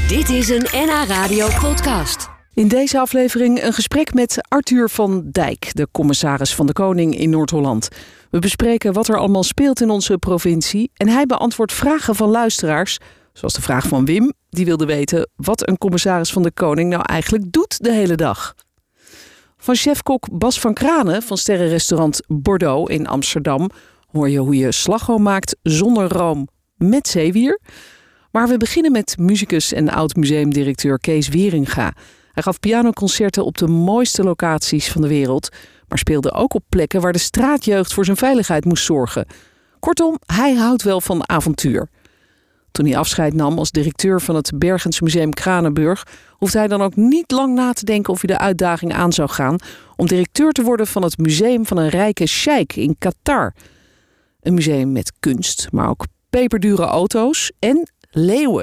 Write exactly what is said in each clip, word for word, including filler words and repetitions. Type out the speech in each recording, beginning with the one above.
Dit is een N H Radio podcast. In deze aflevering een gesprek met Arthur van Dijk, de commissaris van de Koning in Noord-Holland. We bespreken wat er allemaal speelt in onze provincie en hij beantwoordt vragen van luisteraars, zoals de vraag van Wim, die wilde weten wat een commissaris van de Koning nou eigenlijk doet de hele dag. Van chefkok Bas van Kranen van sterrenrestaurant Bordeaux in Amsterdam hoor je hoe je slagroom maakt zonder room met zeewier. Maar we beginnen met muzikus en oud-museumdirecteur Kees Wieringa. Hij gaf pianoconcerten op de mooiste locaties van de wereld, maar speelde ook op plekken waar de straatjeugd voor zijn veiligheid moest zorgen. Kortom, hij houdt wel van avontuur. Toen hij afscheid nam als directeur van het Bergens Museum Kranenburg, hoefde hij dan ook niet lang na te denken of hij de uitdaging aan zou gaan om directeur te worden van het museum van een rijke sheik in Qatar. Een museum met kunst, maar ook peperdure auto's en leeuwen.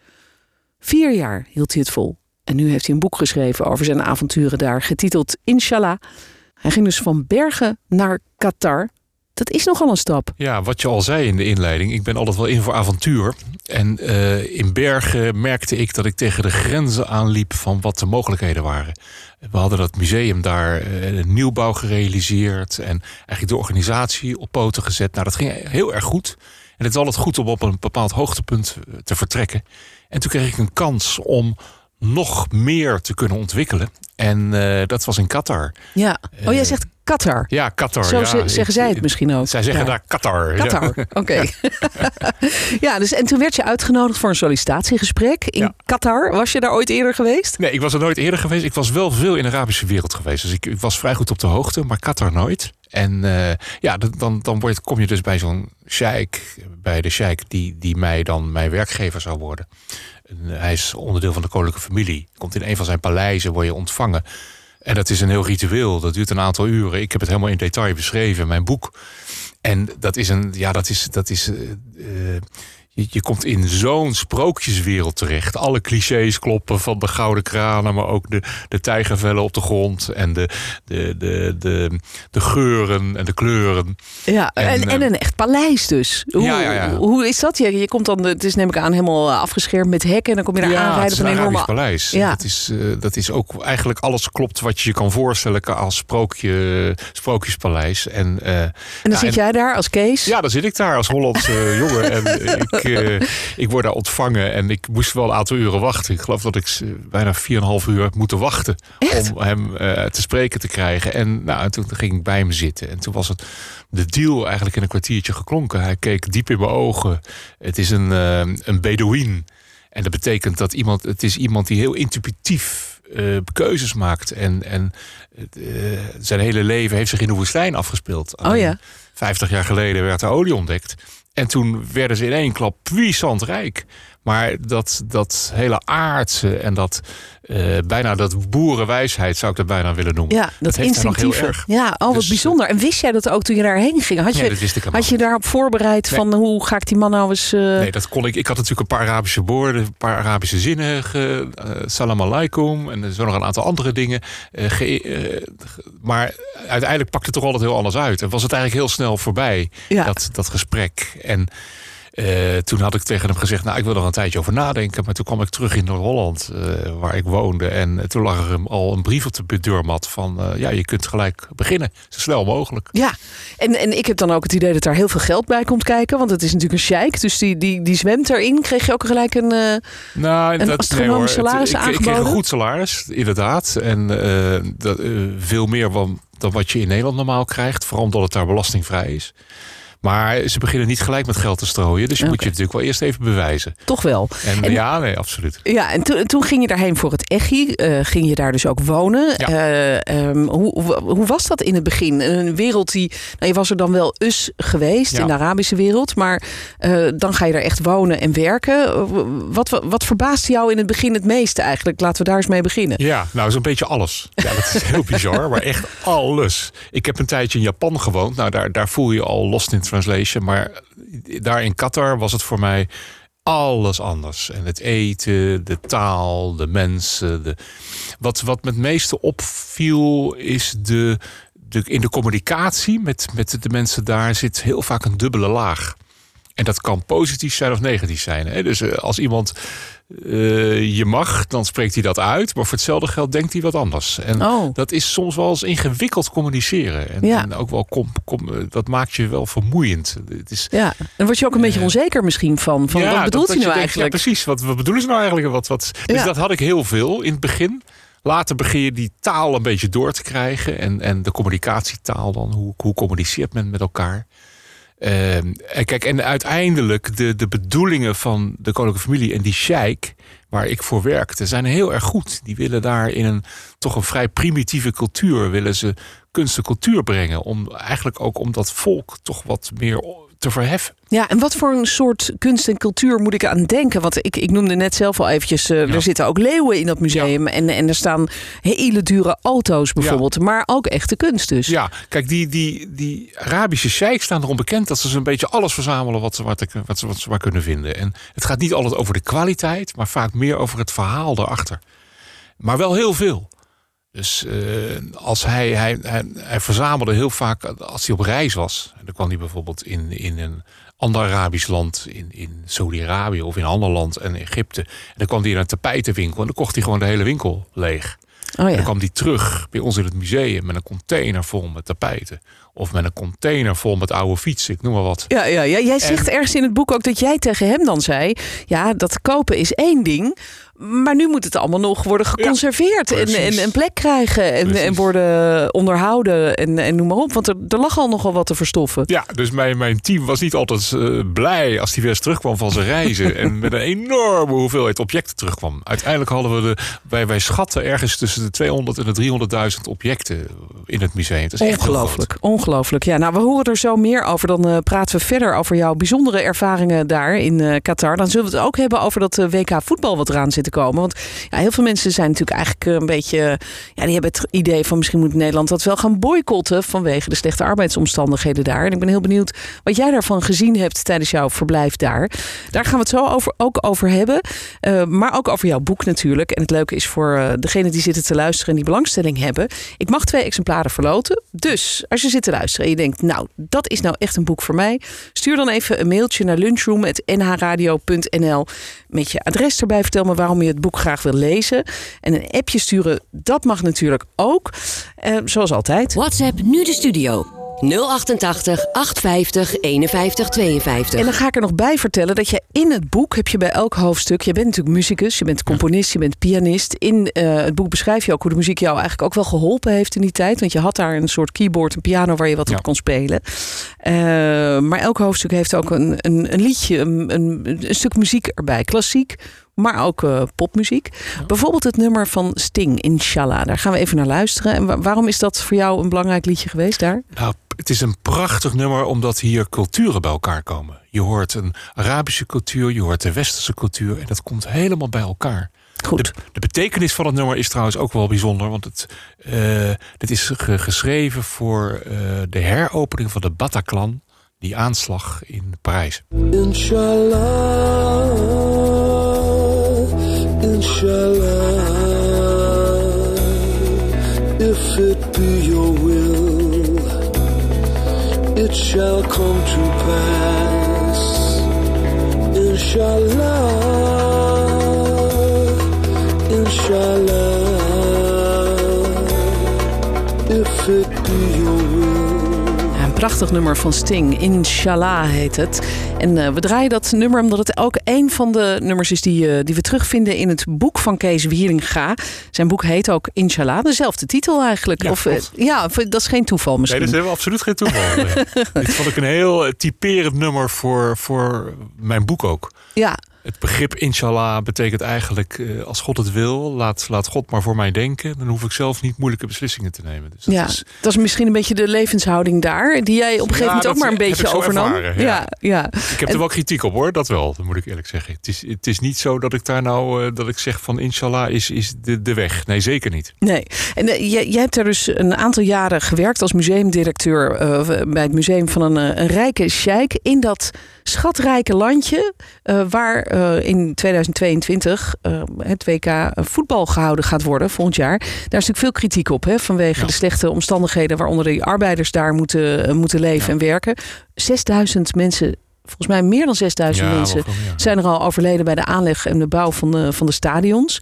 Vier jaar hield hij het vol. En nu heeft hij een boek geschreven over zijn avonturen daar, getiteld Inshallah. Hij ging dus van Bergen naar Qatar. Dat is nogal een stap. Ja, wat je al zei in de inleiding. Ik ben altijd wel in voor avontuur. En uh, in Bergen merkte ik dat ik tegen de grenzen aanliep van wat de mogelijkheden waren. We hadden dat museum daar uh, een nieuwbouw gerealiseerd. En eigenlijk de organisatie op poten gezet. Nou, dat ging heel erg goed. En het is altijd goed om op een bepaald hoogtepunt te vertrekken. En toen kreeg ik een kans om nog meer te kunnen ontwikkelen. En uh, dat was in Qatar. Ja. Oh, jij zegt Qatar. Ja, Qatar. Zo ja. zeggen ik, zij het misschien ook. Zij zeggen ja. daar Qatar. Qatar, ja. oké. Okay. ja, dus en toen werd je uitgenodigd voor een sollicitatiegesprek in ja. Qatar. Was je daar ooit eerder geweest? Nee, ik was er nooit eerder geweest. Ik was wel veel in de Arabische wereld geweest. Dus ik, ik was vrij goed op de hoogte, maar Qatar nooit. En uh, ja, dan, dan word, kom je dus bij zo'n sheik, bij de sheik die, die mij dan mijn werkgever zou worden. En hij is onderdeel van de koninklijke familie. Komt in een van zijn paleizen, word je ontvangen. En dat is een heel ritueel. Dat duurt een aantal uren. Ik heb het helemaal in detail beschreven in mijn boek. En dat is een, ja, dat is, dat is. Uh, uh, je, je komt in zo'n sprookjeswereld terecht. Alle clichés kloppen van de gouden kranen, maar ook de, de tijgervellen op de grond en de, de, de, de, de geuren en de kleuren. Ja, en, en, en een echt paleis dus. Hoe, ja, ja, ja. hoe is dat? Je, je komt dan, het is neem ik aan helemaal afgeschermd met hekken en dan kom je daar ja, aanrijden op een enorme Arabisch paleis. Ja. Dat is, uh, dat is ook eigenlijk alles klopt wat je je kan voorstellen als sprookje, sprookjespaleis. En, uh, en dan ja, zit en, jij daar als Kees? Ja, dan zit ik daar als Hollandse uh, jongen. En ik, uh, ik word daar ontvangen en ik moest wel een aantal uren wachten. Ik geloof dat ik uh, bijna vier en een half uur heb moeten wachten. Echt? Om hem uh, te spreken te krijgen. En nou, toen ging ik bij hem zitten. En toen was het de deal eigenlijk in een kwartiertje geklonken. Hij keek diep in mijn ogen. Het is een, uh, een Bedouin. En dat betekent dat iemand, het is iemand die heel intuïtief uh, keuzes maakt. En, en uh, zijn hele leven heeft zich in de woestijn afgespeeld. Oh ja. Vijftig jaar geleden werd er olie ontdekt. En toen werden ze in één klap puissant rijk. Maar dat, dat hele aardse en dat uh, bijna dat boerenwijsheid zou ik dat bijna willen noemen. Ja, dat, dat heeft hij nog heel instinctieve. erg. Ja, oh wat dus, bijzonder. En wist jij dat ook toen je daarheen ging? Had je, nee, dat wist ik had je daarop voorbereid nee. van hoe ga ik die man nou eens... Uh... Nee, dat kon ik. Ik had natuurlijk een paar Arabische woorden, een paar Arabische zinnen. Ge, uh, salam alaikum en zo nog een aantal andere dingen. Uh, ge, uh, maar uiteindelijk pakte het toch altijd heel anders uit. En was het eigenlijk heel snel voorbij, ja. dat, dat gesprek. En Uh, toen had ik tegen hem gezegd, nou, ik wil er een tijdje over nadenken. Maar toen kwam ik terug in Noord-Holland, uh, waar ik woonde. En uh, toen lag er hem al een brief op de deurmat van, uh, ja, je kunt gelijk beginnen. Zo snel mogelijk. Ja, en, en ik heb dan ook het idee dat daar heel veel geld bij komt kijken. Want het is natuurlijk een sheik, dus die, die, die zwemt erin. Kreeg je ook gelijk een, uh, nou, een dat, astronomisch nee, salaris het, ik, aangeboden? Ik kreeg een goed salaris, inderdaad. En uh, dat, uh, veel meer dan, dan wat je in Nederland normaal krijgt. Vooral omdat het daar belastingvrij is. Maar ze beginnen niet gelijk met geld te strooien. Dus je okay. moet je natuurlijk wel eerst even bewijzen. Toch wel. En, en ja, nee, absoluut. Ja, en to, toen ging je daarheen voor het echi. Uh, ging je daar dus ook wonen. Ja. Uh, um, hoe, hoe was dat in het begin? Een wereld die... Nou, je was er dan wel us geweest ja. in de Arabische wereld. Maar uh, dan ga je daar echt wonen en werken. Wat, wat, wat verbaasde jou in het begin het meeste eigenlijk? Laten we daar eens mee beginnen. Ja, nou zo'n beetje alles. Ja, dat is heel bizar. Maar echt alles. Ik heb een tijdje in Japan gewoond. Nou, daar, daar voel je al lost in translation. Maar daar in Qatar was het voor mij alles anders. En het eten, de taal, de mensen. De... Wat, wat me het meeste opviel is de, de, in de communicatie met, met de mensen daar zit heel vaak een dubbele laag. En dat kan positief zijn of negatief zijn. Hè? Dus als iemand uh, je mag, dan spreekt hij dat uit. Maar voor hetzelfde geld denkt hij wat anders. En oh. dat is soms wel eens ingewikkeld communiceren. En, ja. en ook wel kom, kom, dat maakt je wel vermoeiend. Het is, ja, dan word je ook een uh, beetje onzeker misschien van. van ja, wat bedoelt dat, hij dat nou je eigenlijk? Denkt, ja, precies. Wat, wat bedoelen ze nou eigenlijk? Wat, wat, dus ja. dat had ik heel veel in het begin. Later begin je die taal een beetje door te krijgen. En, en de communicatietaal dan. Hoe, hoe communiceert men met elkaar? Uh, en kijk, en uiteindelijk de, de bedoelingen van de koninklijke familie en die sheik waar ik voor werkte, zijn heel erg goed. Die willen daar in een toch een vrij primitieve cultuur, willen ze kunst en cultuur brengen. Om eigenlijk ook om dat volk toch wat meer te verheffen. Ja, en wat voor een soort kunst en cultuur moet ik aan denken? Want ik, ik noemde net zelf al eventjes, uh, ja. er zitten ook leeuwen in dat museum. Ja. En, en er staan hele dure auto's bijvoorbeeld. Ja. Maar ook echte kunst dus. Ja, kijk, die, die, die Arabische sheiks staan erom bekend dat ze zo'n beetje alles verzamelen wat ze, wat, ze, wat, ze, wat ze maar kunnen vinden. En het gaat niet altijd over de kwaliteit, maar vaak meer over het verhaal daarachter. Maar wel heel veel. Dus uh, als hij, hij, hij, hij verzamelde heel vaak, als hij op reis was. En dan kwam hij bijvoorbeeld in, in een ander Arabisch land, in, in Saudi-Arabië of in een ander land, en Egypte. En dan kwam hij in een tapijtenwinkel en dan kocht hij gewoon de hele winkel leeg. Oh ja. En dan kwam hij terug bij ons in het museum met een container vol met tapijten. Of met een container vol met oude fietsen, ik noem maar wat. Ja, ja, ja. Jij zegt en... ergens in het boek ook dat jij tegen hem dan zei, ja, dat kopen is één ding, maar nu moet het allemaal nog worden geconserveerd. Ja, en, en een plek krijgen en, en worden onderhouden en, en noem maar op. Want er, er lag al nogal wat te verstoffen. Ja, dus mijn, mijn team was niet altijd uh, blij als hij weer eens terugkwam van zijn reizen. En met een enorme hoeveelheid objecten terugkwam. Uiteindelijk hadden we de, wij, wij schatten ergens tussen de tweehonderd en de driehonderdduizend objecten in het museum. Dat is echt ongelooflijk. Ongelooflijk. Ja, nou, we horen er zo meer over. Dan uh, praten we verder over jouw bijzondere ervaringen daar in uh, Qatar. Dan zullen we het ook hebben over dat uh, W K voetbal wat eraan zit te komen. Want ja, heel veel mensen zijn natuurlijk eigenlijk een beetje, ja, die hebben het idee van misschien moet Nederland dat wel gaan boycotten vanwege de slechte arbeidsomstandigheden daar. En ik ben heel benieuwd wat jij daarvan gezien hebt tijdens jouw verblijf daar. Daar gaan we het zo over, ook over hebben. Uh, maar ook over jouw boek natuurlijk. En het leuke is voor uh, degenen die zitten te luisteren en die belangstelling hebben. Ik mag twee exemplaren verloten. Dus als je zit te luisteren en je denkt, nou, dat is nou echt een boek voor mij. Stuur dan even een mailtje naar lunchroom punt n h radio punt n l met je adres erbij. Vertel me waarom je het boek graag wil lezen. En een appje sturen, dat mag natuurlijk ook. Uh, zoals altijd. WhatsApp nu de studio. nul achtentachtig achtentvijftig eenenvijftig tweeënvijftig. En dan ga ik er nog bij vertellen dat je in het boek heb je bij elk hoofdstuk, je bent natuurlijk muzikus, je bent componist, je bent pianist. In uh, het boek beschrijf je ook hoe de muziek jou eigenlijk ook wel geholpen heeft in die tijd. Want je had daar een soort keyboard, een piano waar je wat ja. op kon spelen. Uh, maar elk hoofdstuk heeft ook een, een, een liedje, een, een, een stuk muziek erbij. Klassiek, maar ook uh, popmuziek. Ja. Bijvoorbeeld het nummer van Sting, Inshallah. Daar gaan we even naar luisteren. En wa- waarom is dat voor jou een belangrijk liedje geweest daar? Nou, het is een prachtig nummer omdat hier culturen bij elkaar komen. Je hoort een Arabische cultuur, je hoort de Westerse cultuur en dat komt helemaal bij elkaar. Goed. De, de betekenis van het nummer is trouwens ook wel bijzonder, want het, uh, het is ge- geschreven voor uh, de heropening van de Bataclan, die aanslag in Parijs. Inshallah, Inshallah, if it be your will, it shall come to pass. Inshallah, Inshallah, if it be your will. Een prachtig nummer van Sting, Inshallah heet het. En uh, we draaien dat nummer omdat het ook een van de nummers is die, uh, die we terugvinden in het boek van Kees Wieringa. Zijn boek heet ook Inshallah, dezelfde titel eigenlijk. Ja, of, uh, ja, dat is geen toeval misschien. Nee, dat is absoluut geen toeval. Nee. Dit vond ik een heel typerend nummer voor, voor mijn boek ook. Ja. Het begrip Inshallah betekent eigenlijk, uh, als God het wil, laat, laat God maar voor mij denken. Dan hoef ik zelf niet moeilijke beslissingen te nemen. Dus dat ja, is, dat is misschien een beetje de levenshouding daar, die jij op een gegeven ja, moment ook maar een beetje overnam. Ervaren, ja. Ja, ja. Ik heb en, er wel kritiek op hoor, dat wel, dat moet ik eerlijk zeggen. Het is, het is niet zo dat ik daar nou, uh, dat ik zeg van Inshallah is, is de, de weg. Nee, zeker niet. Nee, en uh, jij, jij hebt er dus een aantal jaren gewerkt als museumdirecteur uh, bij het museum van een, een rijke sheik in dat schatrijke landje uh, waar uh, in tweeduizend tweeëntwintig uh, het W K voetbal gehouden gaat worden volgend jaar. Daar is natuurlijk veel kritiek op, hè, vanwege ja. de slechte omstandigheden waaronder die arbeiders daar moeten, uh, moeten leven ja. en werken. zesduizend mensen volgens mij meer dan zesduizend Ja, mensen wel veel meer. zijn er al overleden bij de aanleg en de bouw van de, van de stadions.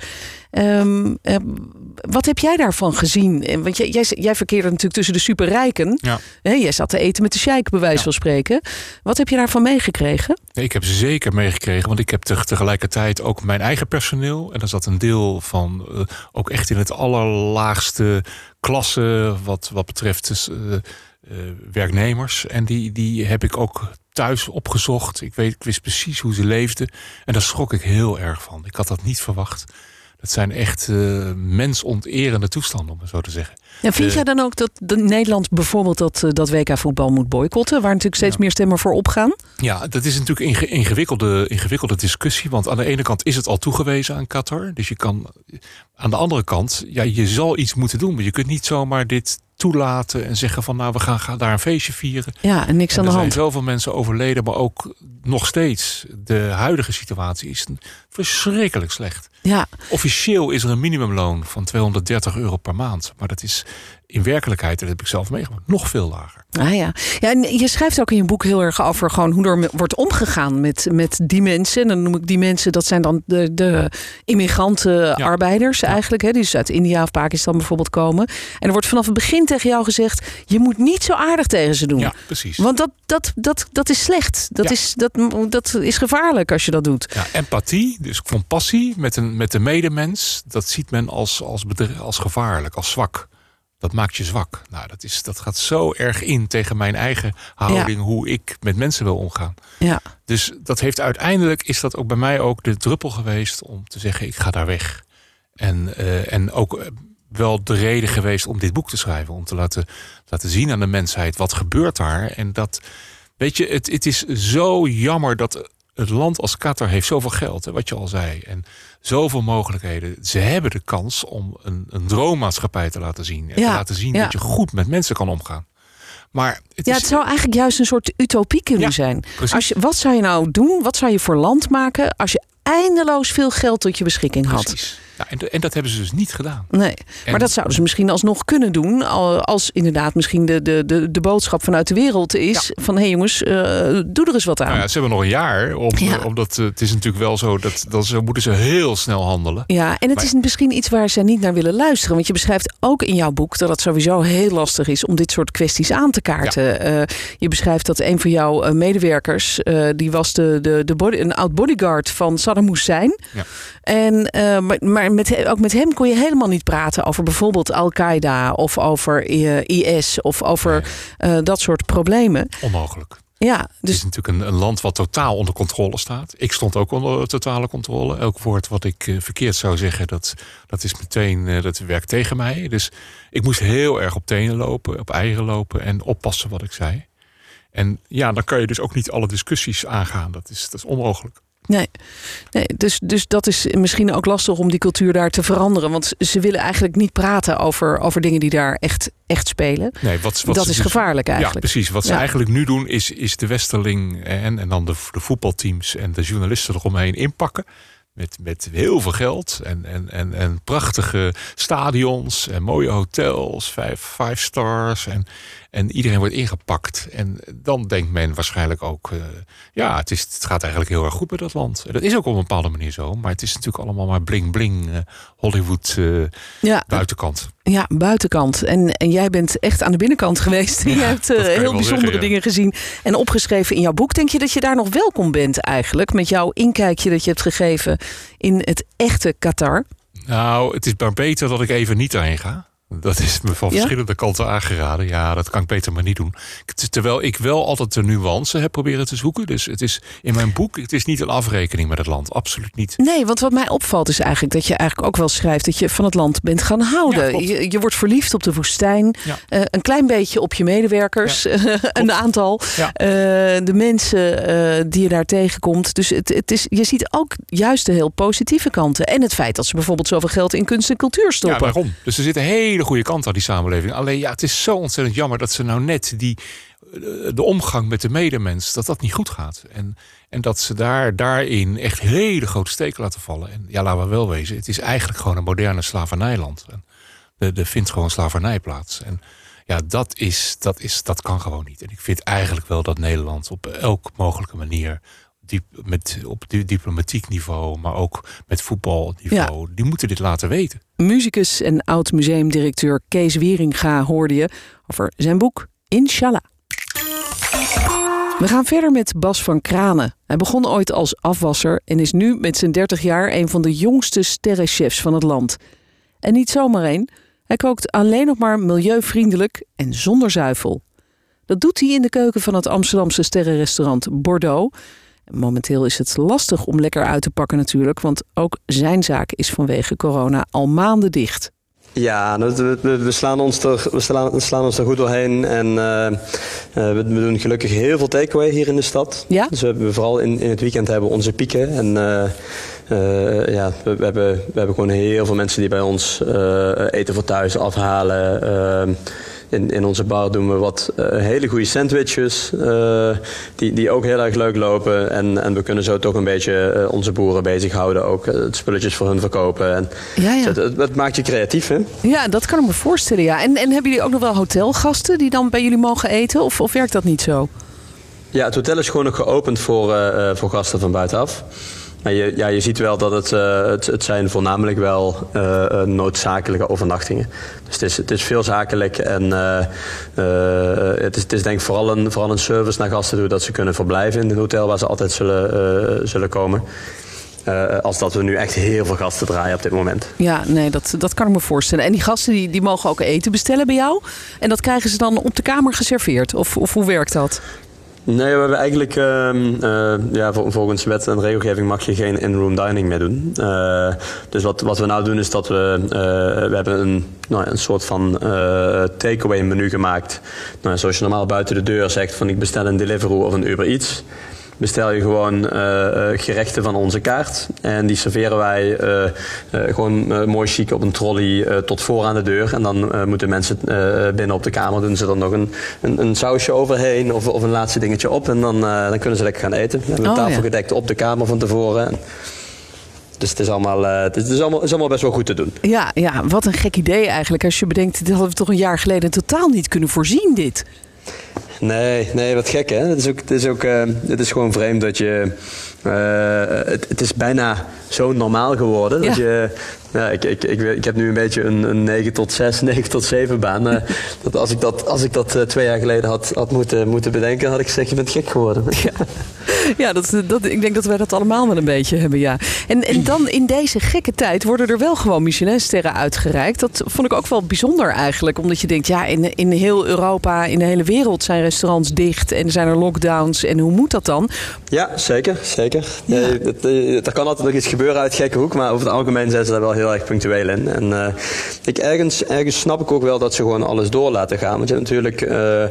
Um, uh, wat heb jij daarvan gezien? Want jij, jij, jij verkeerde natuurlijk tussen de superrijken. Ja. He, jij zat te eten met de sheik, bij wijze Ja. van spreken. Wat heb je daarvan meegekregen? Nee, ik heb ze zeker meegekregen, want ik heb te, tegelijkertijd ook mijn eigen personeel. En daar zat een deel van uh, ook echt in het allerlaagste klasse wat, wat betreft dus, uh, uh, werknemers. En die, die heb ik ook thuis opgezocht. Ik, weet, ik wist precies hoe ze leefden. En daar schrok ik heel erg van. Ik had dat niet verwacht. Dat zijn echt uh, mensonterende toestanden, om het zo te zeggen. Ja, vind de, jij dan ook dat de Nederland bijvoorbeeld dat, dat W K voetbal moet boycotten? Waar natuurlijk steeds Ja. meer stemmen voor opgaan? Ja, dat is natuurlijk een inge- ingewikkelde, ingewikkelde discussie. Want aan de ene kant is het al toegewezen aan Qatar. Dus je kan aan de andere kant, ja, je zal iets moeten doen. Maar je kunt niet zomaar dit toelaten en zeggen van nou, we gaan, gaan daar een feestje vieren. Ja, en niks En aan er de zijn hand. zoveel mensen overleden, maar ook nog steeds. De huidige situatie is verschrikkelijk slecht. Ja, Officieel is er een minimumloon van tweehonderddertig euro per maand. Maar dat is in werkelijkheid, dat heb ik zelf meegemaakt, nog veel lager. ah ja. ja, en je schrijft ook in je boek heel erg over gewoon hoe er wordt omgegaan met, met die mensen. En dan noem ik die mensen, dat zijn dan de, de immigranten Ja. arbeiders Ja. eigenlijk. Hè, die dus uit India of Pakistan bijvoorbeeld komen. En er wordt vanaf het begin tegen jou gezegd, je moet niet zo aardig tegen ze doen. Ja, precies. Want dat, dat, dat, dat is slecht. Dat, Ja. is, dat, dat is gevaarlijk als je dat doet. Ja, empathie, dus compassie met, een, met de medemens, dat ziet men als, als, bedre- als gevaarlijk, als zwak. Dat maakt je zwak. Nou, dat, is, dat gaat zo erg in tegen mijn eigen houding, ja. hoe ik met mensen wil omgaan. Ja. Dus dat heeft uiteindelijk, is dat ook bij mij ook de druppel geweest om te zeggen, ik ga daar weg. En, uh, en ook wel de reden geweest om dit boek te schrijven. Om te laten, laten zien aan de mensheid, wat gebeurt daar. En dat, weet je, het, het is zo jammer dat het land als Qatar heeft zoveel geld, hè, wat je al zei. En zoveel mogelijkheden. Ze hebben de kans om een, een droommaatschappij te laten zien. En ja, te laten zien ja. dat je goed met mensen kan omgaan. Maar het, ja, is, het zou eigenlijk juist een soort utopie kunnen Ja, zijn. precies. Als je, wat zou je nou doen? Wat zou je voor land maken als je eindeloos veel geld tot je beschikking had? Precies. Ja, en, de, en dat hebben ze dus niet gedaan. Nee, En- maar dat zouden ze misschien alsnog kunnen doen. al- Als inderdaad misschien de, de, de, de boodschap vanuit de wereld is van hé hey jongens, uh, doe er eens wat aan. Nou ja, ze hebben nog een jaar. Om, Ja. Omdat uh, het is natuurlijk wel zo dat, dat ze moeten ze heel snel handelen. Ja, en het Maar- is misschien iets waar zij niet naar willen luisteren. Want je beschrijft ook in jouw boek dat het sowieso heel lastig is om dit soort kwesties aan te kaarten. Ja. Uh, je beschrijft dat een van jouw uh, medewerkers, uh, die was de, de, de body, een oud bodyguard van Saddam Hussein. Ja. En, uh, maar maar met, ook met hem kon je helemaal niet praten over bijvoorbeeld Al-Qaeda of over uh, I S of over uh, dat soort problemen. Onmogelijk. Ja, Het dus is natuurlijk een, een land wat totaal onder controle staat. Ik stond ook onder totale controle. Elk woord wat ik uh, verkeerd zou zeggen, dat, dat is meteen, uh, dat werkt tegen mij. Dus ik moest heel erg op tenen lopen, op eieren lopen en oppassen wat ik zei. En ja, dan kan je dus ook niet alle discussies aangaan. Dat is, dat is onmogelijk. Nee, nee dus, dus dat is misschien ook lastig om die cultuur daar te veranderen. Want ze willen eigenlijk niet praten over, over dingen die daar echt, echt spelen. Nee, wat, wat dat ze is dus- gevaarlijk eigenlijk. Ja, precies. Wat ze Ja. eigenlijk nu doen is, is de westerling en, en dan de, de voetbalteams en de journalisten eromheen inpakken. Met, met heel veel geld en, en, en, en prachtige stadions en mooie hotels, vijf, five stars. En, en iedereen wordt ingepakt. En dan denkt men waarschijnlijk ook, uh, ja, het, is, het gaat eigenlijk heel erg goed met dat land. En dat is ook op een bepaalde manier zo. Maar het is natuurlijk allemaal maar bling bling uh, Hollywood uh, Ja. buitenkant. Ja, buitenkant. En, en jij bent echt aan de binnenkant geweest. Ja, je hebt uh, dat kan je heel wel bijzondere zeggen, ja. dingen gezien en opgeschreven in jouw boek. Denk je dat je daar nog welkom bent eigenlijk? Met jouw inkijkje dat je hebt gegeven in het echte Qatar? Nou, het is maar beter dat ik even niet daarheen ga. Dat is me van Ja? verschillende kanten aangeraden. Ja, dat kan ik beter maar niet doen. Terwijl ik wel altijd de nuance heb proberen te zoeken. Dus het is in mijn boek, het is niet een afrekening met het land. Absoluut niet. Nee, want wat mij opvalt is eigenlijk dat je eigenlijk ook wel schrijft dat je van het land bent gaan Ja, houden. klopt. je, je wordt verliefd op de woestijn. Ja. Uh, een klein beetje op je medewerkers. een aantal. Ja. Uh, de mensen uh, die je daar tegenkomt. Dus het, het is, je ziet ook juist de heel positieve kanten. En het feit dat ze bijvoorbeeld zoveel geld in kunst en cultuur Ja, stoppen. waarom? Dus er zit een hele goede kant aan die samenleving. Alleen ja, het is zo ontzettend jammer dat ze nou net die de omgang met de medemens, dat dat niet goed gaat. En, en dat ze daar daarin echt hele grote steken laten vallen. En ja, laten we wel wezen, het is eigenlijk gewoon een moderne slavernijland. En er, er vindt gewoon slavernij plaats. En Ja, dat, is, dat, is, dat kan gewoon niet. En ik vind eigenlijk wel dat Nederland op elke mogelijke manier... Diep, met, op di- diplomatiek niveau, maar ook met voetbalniveau... Ja. Die moeten dit laten weten. Musicus en oud-museumdirecteur Kees Wieringa hoorde je over zijn boek Inshallah. We gaan verder met Bas van Kranen. Hij begon ooit als afwasser en is nu met zijn dertig jaar... een van de jongste sterrenchefs van het land. En niet zomaar één. Hij kookt alleen nog maar milieuvriendelijk en zonder zuivel. Dat doet hij in de keuken van het Amsterdamse sterrenrestaurant Bordeaux. Momenteel is het lastig om lekker uit te pakken natuurlijk... want ook zijn zaak is vanwege corona al maanden dicht. Ja, we, we, we, slaan, ons er, we slaan, slaan ons er goed doorheen. En uh, uh, we, we doen gelukkig heel veel takeaway hier in de stad. Ja? Dus we hebben vooral in, in het weekend hebben we onze pieken. En uh, uh, ja, we, we, hebben, we hebben gewoon heel veel mensen die bij ons uh, eten voor thuis afhalen... Uh, In, in onze bar doen we wat uh, hele goede sandwiches, uh, die, die ook heel erg leuk lopen. En, en we kunnen zo toch een beetje uh, onze boeren bezighouden, ook uh, spulletjes voor hun verkopen. En ja, ja. Het, het, het maakt je creatief, hè? Ja, dat kan ik me voorstellen, ja. En, en hebben jullie ook nog wel hotelgasten die dan bij jullie mogen eten? Of, of werkt dat niet zo? Ja, het hotel is gewoon nog geopend voor, uh, voor gasten van buitenaf. Maar je, ja, je ziet wel dat het, uh, het, het zijn voornamelijk wel uh, noodzakelijke overnachtingen. Dus het is, het is veel zakelijk en uh, uh, het, is, het is denk ik vooral een, vooral een service naar gasten toe... dat ze kunnen verblijven in het hotel waar ze altijd zullen, uh, zullen komen. Uh, als dat we nu echt heel veel gasten draaien op dit moment. Ja, nee, dat, dat kan ik me voorstellen. En die gasten die, die mogen ook eten bestellen bij jou? En dat krijgen ze dan op de kamer geserveerd? Of, of hoe werkt dat? Nee, we hebben eigenlijk, uh, uh, ja, volgens wet en regelgeving mag je geen in-room dining meer doen. Uh, dus wat, wat we nou doen is dat we, uh, we hebben een, nou, een soort van uh, takeaway menu gemaakt. Nou, zoals je normaal buiten de deur zegt van ik bestel een Deliveroo of een Uber Eats. Bestel je gewoon uh, gerechten van onze kaart. En die serveren wij uh, uh, gewoon uh, mooi chic op een trolley uh, tot voor aan de deur. En dan uh, moeten mensen uh, binnen op de kamer doen ze er nog een, een, een sausje overheen of, of een laatste dingetje op. En dan, uh, dan kunnen ze lekker gaan eten. We hebben een oh, tafel ja. gedekt op de kamer van tevoren. En dus het is, allemaal, uh, het, is allemaal, het is allemaal best wel goed te doen. Ja, ja, wat een gek idee eigenlijk. Als je bedenkt, dit hadden we toch een jaar geleden totaal niet kunnen voorzien, dit. Nee, nee, wat gek hè. Het is, ook, het is, ook, uh, het is gewoon vreemd dat je... Uh, het, het is bijna zo normaal geworden. Ja. Dat je, ja, ik, ik, ik, ik heb nu een beetje een, een negen tot zes, negen tot zeven baan. Uh, dat als ik dat, als ik dat uh, twee jaar geleden had, had moeten, moeten bedenken, had ik gezegd, je bent gek geworden. Ja, ja dat, dat, ik denk dat wij dat allemaal wel een beetje hebben, ja. En, en dan in deze gekke tijd worden er wel gewoon Michelinsterren uitgereikt. Dat vond ik ook wel bijzonder eigenlijk. Omdat je denkt, ja, in, in heel Europa, in de hele wereld zijn restaurants dicht en zijn er lockdowns. En hoe moet dat dan? Ja, zeker, zeker. Ja. Ja, het, het, er kan altijd nog iets gebeuren uit gekke hoek, maar over het algemeen zijn ze daar wel heel erg punctueel in. En uh, ik, ergens, ergens snap ik ook wel dat ze gewoon alles door laten gaan. Want je hebt natuurlijk, uh, uh,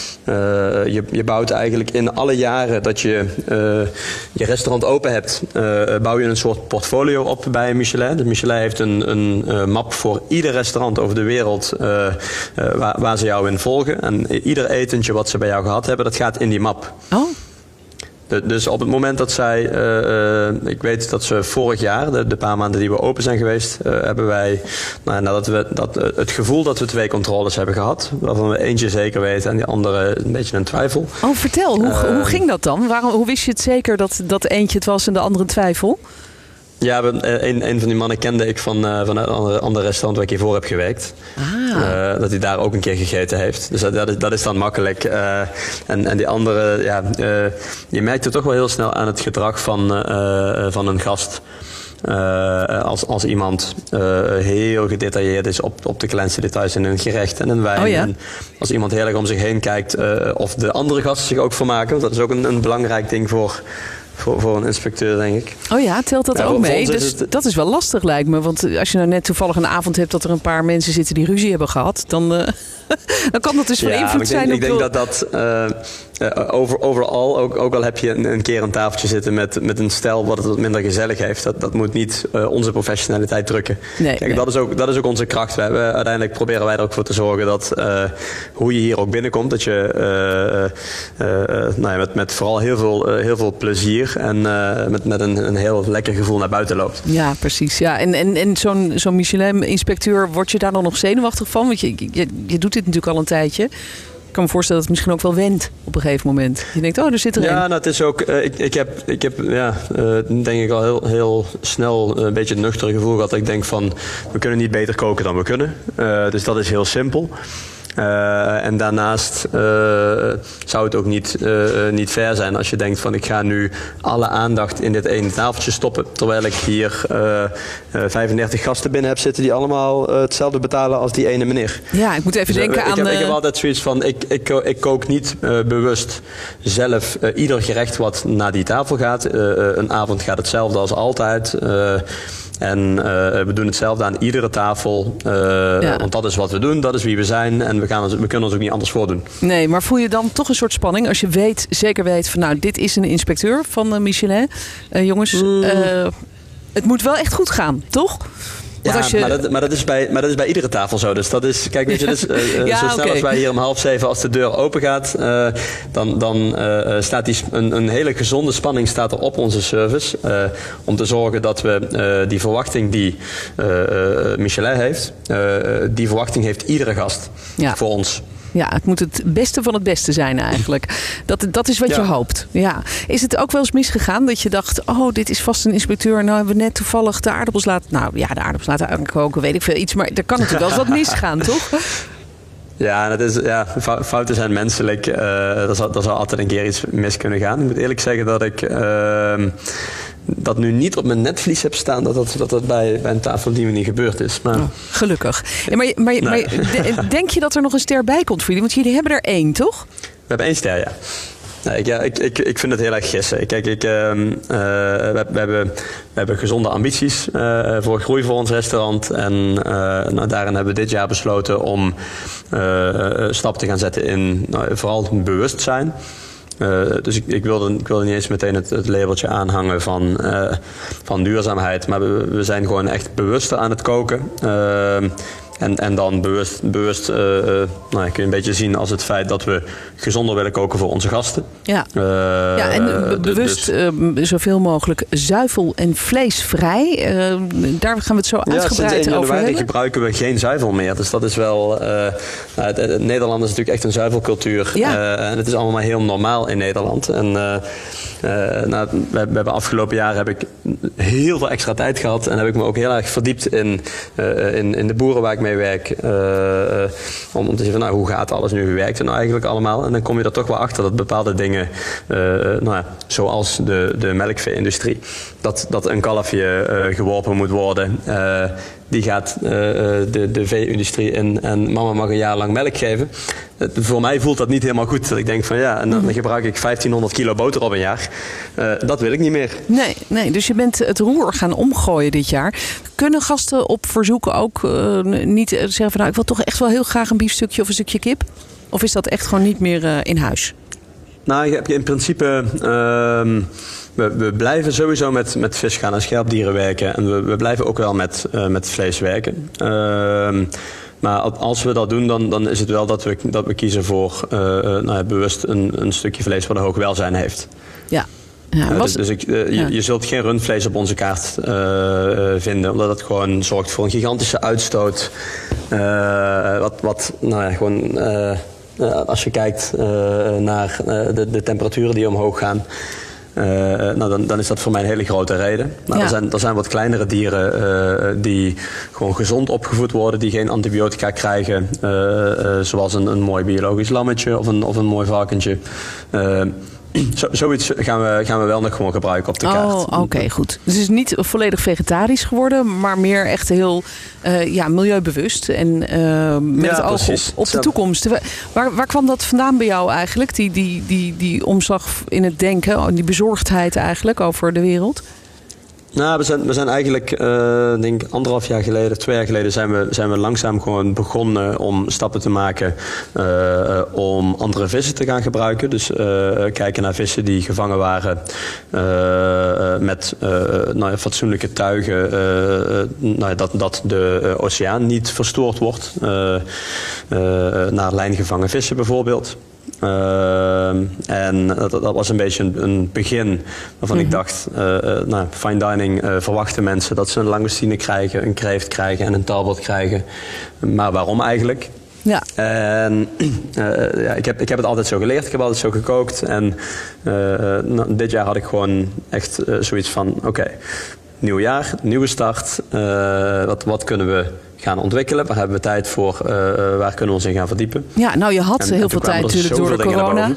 je, je bouwt eigenlijk in alle jaren dat je uh, je restaurant open hebt, uh, bouw je een soort portfolio op bij Michelin. Dus Michelin heeft een, een uh, map voor ieder restaurant over de wereld uh, uh, waar, waar ze jou in volgen. En ieder etentje wat ze bij jou gehad hebben, dat gaat in die map. Oh. De, dus op het moment dat zij, uh, uh, ik weet dat ze vorig jaar, de, de paar maanden die we open zijn geweest, uh, hebben wij, nou, nadat we dat, uh, het gevoel dat we twee controles hebben gehad, waarvan we eentje zeker weten en die andere een beetje een twijfel. Oh, vertel, hoe, uh, hoe ging dat dan? Waarom, hoe wist je het zeker dat, dat eentje het was en de andere een twijfel? Ja, een, een van die mannen kende ik van, uh, van een ander, ander restaurant waar ik hiervoor heb gewerkt. Ah. Uh, dat hij daar ook een keer gegeten heeft. Dus dat, dat, is, dat is dan makkelijk. Uh, en, en die andere, ja, uh, je merkt het toch wel heel snel aan het gedrag van, uh, van een gast. Uh, als, als iemand uh, heel gedetailleerd is op, op de kleinste details in een gerecht en een wijn. Oh ja? En als iemand heel erg om zich heen kijkt uh, of de andere gasten zich ook vermaken. Want dat is ook een, een belangrijk ding voor... Voor, voor een inspecteur, denk ik. Oh ja, telt dat ja, ook mee? Dus het... Dat is wel lastig, lijkt me. Want als je nou net toevallig een avond hebt dat er een paar mensen zitten die ruzie hebben gehad, dan, uh, dan kan dat dus van ja, invloed ik zijn. Denk, ik denk dat dat, uh, Uh, over, overal, ook, ook al heb je een, een keer een tafeltje zitten met, met een stel wat het wat minder gezellig heeft. Dat, dat moet niet uh, onze professionaliteit drukken. Nee, Kijk, nee. Dat, is ook, dat is ook onze kracht. We hebben, uiteindelijk proberen wij er ook voor te zorgen dat uh, hoe je hier ook binnenkomt, dat je uh, uh, uh, nou ja, met, met vooral heel veel, uh, heel veel plezier en uh, met, met een, een heel lekker gevoel naar buiten loopt. Ja, precies. Ja. En, en, en zo'n, zo'n Michelin-inspecteur, word je daar dan nog zenuwachtig van? Want je, je, je doet dit natuurlijk al een tijdje. Ik kan me voorstellen dat het misschien ook wel wendt op een gegeven moment. Je denkt, oh, er zit er ja, een. Nou, het is ook. Uh, ik, ik heb, ik heb ja, uh, denk ik al heel, heel snel een beetje het nuchtere gevoel gehad. Dat ik denk van, we kunnen niet beter koken dan we kunnen. Uh, dus dat is heel simpel. Uh, en daarnaast uh, zou het ook niet, uh, niet fair zijn als je denkt van ik ga nu alle aandacht in dit ene tafeltje stoppen. Terwijl ik hier uh, uh, vijfendertig gasten binnen heb zitten die allemaal uh, hetzelfde betalen als die ene meneer. Ja, ik moet even dus, denken uh, aan... Ik heb, uh... ik heb altijd zoiets van, ik, ik, ik kook niet uh, bewust zelf uh, ieder gerecht wat naar die tafel gaat. Uh, uh, een avond gaat hetzelfde als altijd. Uh, En uh, we doen hetzelfde aan iedere tafel. Uh, ja. Want dat is wat we doen, dat is wie we zijn. En we, gaan ons, we kunnen ons ook niet anders voordoen. Nee, maar voel je dan toch een soort spanning als je weet, zeker weet van nou, dit is een inspecteur van uh, Michelin. Uh, jongens, mm. uh, het moet wel echt goed gaan, toch? Ja, als je... maar, dat, maar, dat is bij, maar dat is bij iedere tafel zo. Dus dat is, kijk, weet je, dus, uh, ja, zo snel okay. als wij hier om half zeven, als de deur open gaat, uh, dan, dan uh, staat die, een, een hele gezonde spanning staat er op onze service. Uh, om te zorgen dat we uh, die verwachting die uh, Michelin heeft, uh, die verwachting heeft iedere gast ja. voor ons. Ja, het moet het beste van het beste zijn eigenlijk. Dat, dat is wat ja. je hoopt. Ja. Is het ook wel eens misgegaan dat je dacht, oh, dit is vast een inspecteur. Nou hebben we net toevallig de aardappels laten... Nou ja, de aardappels laten aankoken, weet ik veel iets. Maar er kan natuurlijk wel eens wat misgaan, toch? Ja, dat is, ja, fouten zijn menselijk. Uh, er, zal, er zal altijd een keer iets mis kunnen gaan. Ik moet eerlijk zeggen dat ik... Uh, dat nu niet op mijn netvlies heb staan, dat dat, dat, dat bij, bij een tafel die me niet gebeurd is. Maar... Oh, gelukkig. Ja, maar maar, nee. maar de, denk je dat er nog een ster bij komt voor jullie? Want jullie hebben er één, toch? We hebben één ster, ja. Nee, ik, ja, ik, ik, ik vind het heel erg gissen. Kijk, ik, uh, uh, we, we, hebben, we hebben gezonde ambities uh, voor groei voor ons restaurant. En uh, nou, daarin hebben we dit jaar besloten om uh, stappen te gaan zetten in nou, vooral bewustzijn. Uh, dus ik, ik, wilde, ik wilde niet eens meteen het, het labeltje aanhangen van, uh, van duurzaamheid. Maar we, we zijn gewoon echt bewuster aan het koken. Uh, en, en dan bewust, bewust uh, uh, nou, kun je een beetje zien als het feit dat we gezonder willen koken voor onze gasten. Ja, uh, ja en be- bewust dus, uh, zoveel mogelijk zuivel- en vleesvrij. Uh, daar gaan we het zo ja, uitgebreid sinds over hebben. gebruiken we geen zuivel meer. Dus dat is wel... Uh, het, het, Nederland is natuurlijk echt een zuivelcultuur. Ja. Uh, en het is allemaal heel normaal in Nederland. En uh, uh, nou, we, we hebben afgelopen jaar heb ik heel veel extra tijd gehad. En heb ik me ook heel erg verdiept in, uh, in, in de boeren waar ik mee werk. Uh, uh, om, om te zien van nou, hoe gaat alles nu? Hoe werkt het nou eigenlijk allemaal? En dan kom je er toch wel achter dat bepaalde dingen, uh, nou ja, zoals de, de melkvee-industrie, dat, dat een kalfje uh, geworpen moet worden. Uh, die gaat uh, de, de vee-industrie in en mama mag een jaar lang melk geven. Het, voor mij voelt dat niet helemaal goed. Dat ik denk van ja, en dan mm. gebruik ik vijftienhonderd kilo boter op een jaar. Uh, dat wil ik niet meer. Nee, nee, dus je bent het roer gaan omgooien dit jaar. Kunnen gasten op verzoek ook uh, niet zeggen van nou, ik wil toch echt wel heel graag een biefstukje of een stukje kip? Of is dat echt gewoon niet meer uh, in huis? Nou, je hebt in principe... Uh, we, we blijven sowieso met, met vis gaan en scherpdieren werken. En we, we blijven ook wel met, uh, met vlees werken. Uh, maar als we dat doen, dan, dan is het wel dat we, dat we kiezen voor uh, nou ja, bewust een, een stukje vlees wat een hoog welzijn heeft. Ja. Ja, uh, was... Dus, dus ik, uh, ja. je, je zult geen rundvlees op onze kaart uh, uh, vinden. Omdat het gewoon zorgt voor een gigantische uitstoot. Uh, wat, wat, nou ja, gewoon... Uh, Uh, als je kijkt uh, naar uh, de, de temperaturen die omhoog gaan, uh, nou dan, dan is dat voor mij een hele grote reden. Maar ja. er, zijn, er zijn wat kleinere dieren uh, die gewoon gezond opgevoed worden, die geen antibiotica krijgen, uh, uh, zoals een, een mooi biologisch lammetje of een, of een mooi varkentje. Uh, Zo, zoiets gaan we, gaan we wel nog gewoon gebruiken op de kaart. Oh, oké, okay, goed. Dus het is niet volledig vegetarisch geworden, maar meer echt heel uh, ja, milieubewust. En uh, met ja, het oog op, op de toekomst. Waar, waar kwam dat vandaan bij jou eigenlijk? Die, die, die, die omslag in het denken, die bezorgdheid eigenlijk over de wereld? Nou, we zijn, we zijn eigenlijk, uh, denk anderhalf jaar geleden, twee jaar geleden, zijn we, zijn we langzaam gewoon begonnen om stappen te maken uh, uh, om andere vissen te gaan gebruiken. Dus uh, kijken naar vissen die gevangen waren uh, uh, met uh, nou ja, fatsoenlijke tuigen, uh, uh, nou ja, dat, dat de uh, oceaan niet verstoord wordt. Uh, uh, naar lijngevangen vissen bijvoorbeeld. Uh, en dat, dat was een beetje een, een begin waarvan mm-hmm. ik dacht, uh, uh, nou, fine dining uh, verwachten mensen dat ze een langoustine krijgen, een kreeft krijgen en een talbot krijgen. Maar waarom eigenlijk? Ja. En uh, ja, ik, heb, ik heb het altijd zo geleerd, ik heb altijd zo gekookt. En uh, nou, dit jaar had ik gewoon echt uh, zoiets van, oké, okay, nieuw jaar, nieuwe start. Uh, wat, wat kunnen we gaan ontwikkelen? Waar hebben we tijd voor? Uh, waar kunnen we ons in gaan verdiepen? Ja, nou je had en, heel en veel tijd natuurlijk door de corona.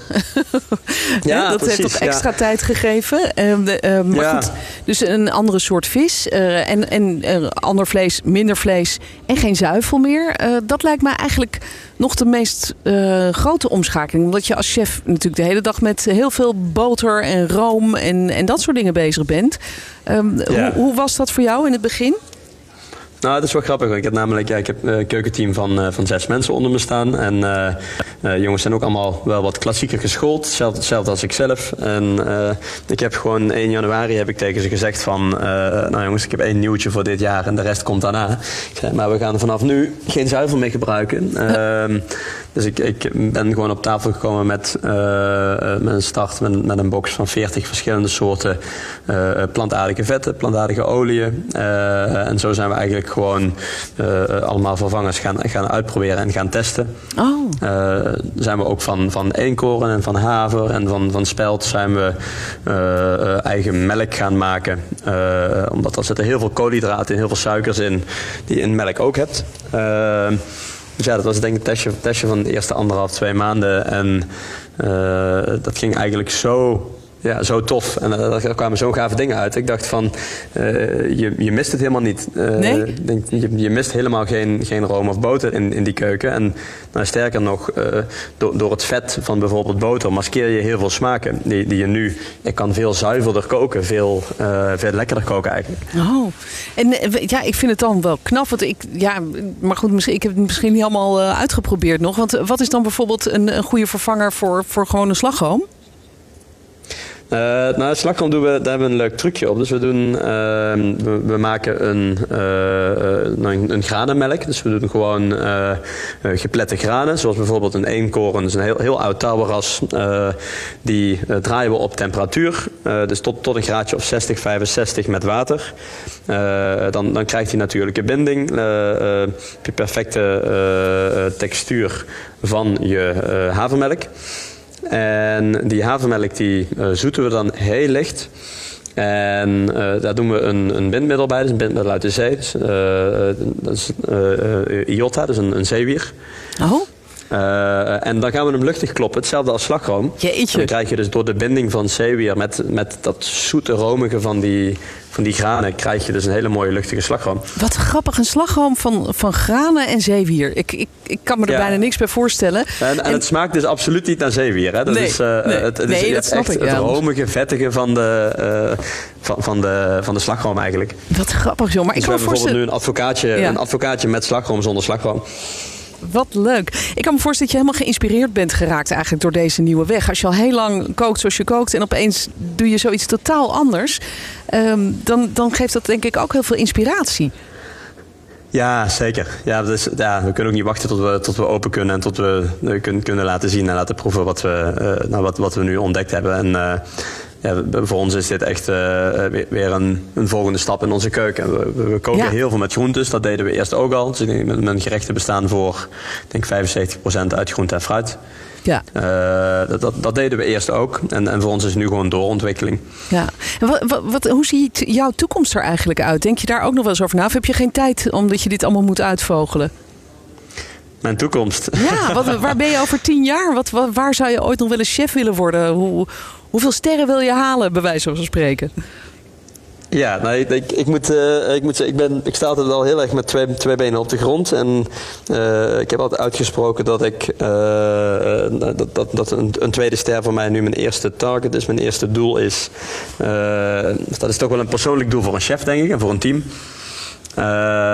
Ja, dat precies, heeft toch extra ja. tijd gegeven. Uh, de, uh, maar ja. goed, dus een andere soort vis. Uh, en en uh, ander vlees, minder vlees en geen zuivel meer. Uh, dat lijkt mij eigenlijk nog de meest uh, grote omschakeling. Omdat je als chef natuurlijk de hele dag met heel veel boter en room en, en dat soort dingen bezig bent. Um, ja. hoe, hoe was dat voor jou in het begin? Nou, dat is wel grappig. Ik heb namelijk ja, ik heb een keukenteam van, uh, van zes mensen onder me staan. En uh, uh, jongens zijn ook allemaal wel wat klassieker geschoold. Hetzelfde, hetzelfde als ik zelf. En uh, ik heb gewoon één januari heb ik tegen ze gezegd van... Uh, nou jongens, ik heb één nieuwtje voor dit jaar en de rest komt daarna. Ik zei, maar we gaan vanaf nu geen zuivel meer gebruiken. Uh, dus ik, ik ben gewoon op tafel gekomen met, uh, met een start met, met een box van veertig verschillende soorten uh, plantaardige vetten, plantaardige oliën. Uh, en zo zijn we eigenlijk gewoon uh, allemaal vervangers gaan, gaan uitproberen en gaan testen. Oh. Uh, zijn we ook van, van eenkoren en van haver en van, van spelt zijn we uh, uh, eigen melk gaan maken. Uh, omdat er zitten heel veel koolhydraten en heel veel suikers in die je in melk ook hebt. Uh, Dus ja, dat was denk ik een testje, testje van de eerste anderhalf, twee maanden. En uh, dat ging eigenlijk zo, ja, zo tof. En uh, er kwamen zo gave dingen uit. Ik dacht van, uh, je, je mist het helemaal niet. Uh, nee? denk, je, je mist helemaal geen, geen room of boter in, in die keuken. En nou, sterker nog, uh, door, door het vet van bijvoorbeeld boter maskeer je heel veel smaken. Die, die je nu, ik kan veel zuiverder koken, veel, uh, veel lekkerder koken eigenlijk. Oh, en ja, ik vind het dan wel knap. Want ik, ja, maar goed, misschien, ik heb het misschien niet allemaal uh, uitgeprobeerd nog. Want wat is dan bijvoorbeeld een, een goede vervanger voor, voor gewoon een slagroom? Uh, nou, slagroom doen we, daar hebben we een leuk trucje op. Dus we doen, uh, we, we maken een, uh, een, een granenmelk. Dus we doen gewoon uh, geplette granen. Zoals bijvoorbeeld een eenkoren, dus een heel, heel oud touwras. Uh, die uh, draaien we op temperatuur. Uh, dus tot, tot een graadje of zestig, vijfenzestig met water. Uh, dan, dan krijgt hij natuurlijke binding. Uh, uh, de perfecte uh, textuur van je uh, havermelk. En die havermelk die uh, zoeten we dan heel licht. En uh, daar doen we een, een bindmiddel bij, dus een bindmiddel uit de zee. Dus, uh, dat is uh, uh, iota, dus een, een zeewier. Oh. Uh, en dan gaan we hem luchtig kloppen, hetzelfde als slagroom. Jeetje. Dan krijg je dus door de binding van zeewier met, met dat zoete romige van die, van die granen, krijg je dus een hele mooie luchtige slagroom. Wat grappig, een slagroom van, van granen en zeewier. Ik, ik, ik kan me er ja. bijna niks bij voorstellen. En, en, en het smaakt dus absoluut niet naar zeewier. Hè? Dat nee, is, uh, nee, het, het nee, is dat snap echt ik, het ja. romige, vettige van de, uh, van, van, de, van de slagroom eigenlijk. Wat grappig, joh. Maar dus ik we kan hebben voorstellen... bijvoorbeeld nu een advocaatje, ja. een advocaatje met slagroom zonder slagroom. Wat leuk. Ik kan me voorstellen dat je helemaal geïnspireerd bent geraakt eigenlijk door deze nieuwe weg. Als je al heel lang kookt zoals je kookt en opeens doe je zoiets totaal anders. Um, dan, dan geeft dat denk ik ook heel veel inspiratie. Ja, zeker. Ja, dus, ja, we kunnen ook niet wachten tot we, tot we open kunnen en tot we uh, kunnen, kunnen laten zien en laten proeven wat we, uh, nou, wat, wat we nu ontdekt hebben. En, uh, ja, voor ons is dit echt uh, weer, weer een, een volgende stap in onze keuken. We, we koken ja. heel veel met groentes, dat deden we eerst ook al. Dus mijn gerechten bestaan voor ik denk vijfenzeventig procent uit groente en fruit. Ja. Uh, dat, dat, dat deden we eerst ook. En, en voor ons is het nu gewoon doorontwikkeling. Ja. En wat, wat, wat, hoe ziet jouw toekomst er eigenlijk uit? Denk je daar ook nog wel eens over na? Of heb je geen tijd omdat je dit allemaal moet uitvogelen? Mijn toekomst? Ja, wat, waar ben je over tien jaar? Wat, wat, waar zou je ooit nog wel eens chef willen worden? Hoe, hoeveel sterren wil je halen, bij wijze van spreken? Ja, nou, ik, ik, ik, moet, uh, ik moet zeggen, ik, ben, ik sta altijd wel heel erg met twee, twee benen op de grond. En uh, ik heb altijd uitgesproken dat ik uh, dat, dat, dat een, een tweede ster voor mij nu mijn eerste target is, mijn eerste doel is. Uh, dus dat is toch wel een persoonlijk doel voor een chef, denk ik, en voor een team. Uh,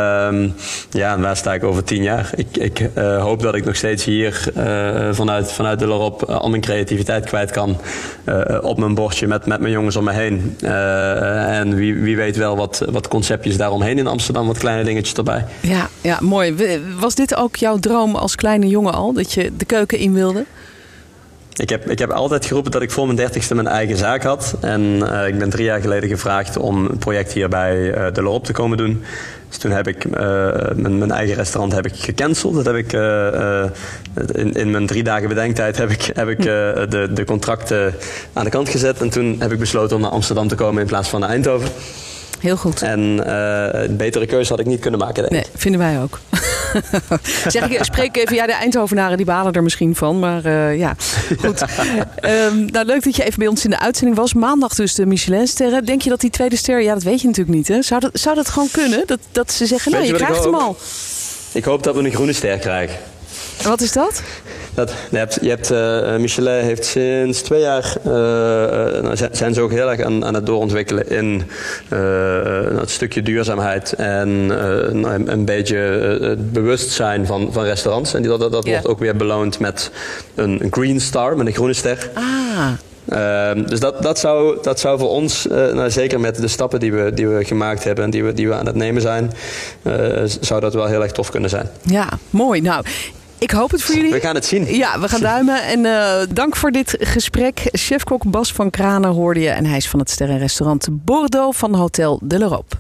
ja, en waar sta ik over tien jaar? Ik, ik uh, hoop dat ik nog steeds hier uh, vanuit, vanuit de L'Europe uh, al mijn creativiteit kwijt kan. Uh, op mijn bordje met, met mijn jongens om me heen. Uh, en wie, wie weet wel wat, wat conceptjes daaromheen in Amsterdam, wat kleine dingetjes erbij. Ja, ja, mooi. Was dit ook jouw droom als kleine jongen al? Dat je de keuken in wilde? Ik heb, ik heb altijd geroepen dat ik voor mijn dertigste mijn eigen zaak had. En uh, ik ben drie jaar geleden gevraagd om een project hier bij uh, de L'Europe te komen doen. Dus toen heb ik uh, mijn, mijn eigen restaurant heb ik gecanceld. Dat heb ik uh, uh, in, in mijn drie dagen bedenktijd heb ik, heb ik uh, de, de contracten aan de kant gezet. En toen heb ik besloten om naar Amsterdam te komen in plaats van naar Eindhoven. Heel goed. En uh, een betere keuze had ik niet kunnen maken, denk ik. Nee, vinden wij ook. Zeg ik, spreek even, ja, de Eindhovenaren die balen er misschien van, maar uh, ja, goed. um, nou, leuk dat je even bij ons in de uitzending was. Maandag dus de Michelinsterren. Denk je dat die tweede ster, ja, dat weet je natuurlijk niet, hè? Zou dat, zou dat gewoon kunnen? Dat, dat ze zeggen, nou, je, je krijgt hem al. Ik hoop dat we een groene ster krijgen. En wat is dat? Dat, je hebt, je hebt, uh, Michelin heeft sinds twee jaar, uh, nou, zijn ze ook heel erg aan, aan het doorontwikkelen in uh, het stukje duurzaamheid en uh, een, een beetje het bewustzijn van, van restaurants. En die, dat dat yeah. wordt ook weer beloond met een, een green star, met een groene ster. Ah. Uh, dus dat, dat, zou, dat zou voor ons, uh, nou, zeker met de stappen die we, die we gemaakt hebben en die we, die we aan het nemen zijn, uh, zou dat wel heel erg tof kunnen zijn. Ja, mooi. Nou, ik hoop het voor jullie. We gaan het zien. Ja, we gaan duimen. En uh, dank voor dit gesprek. Chefkok Bas van Kranen hoorde je. En hij is van het sterrenrestaurant Bordeaux van Hotel de l'Europe.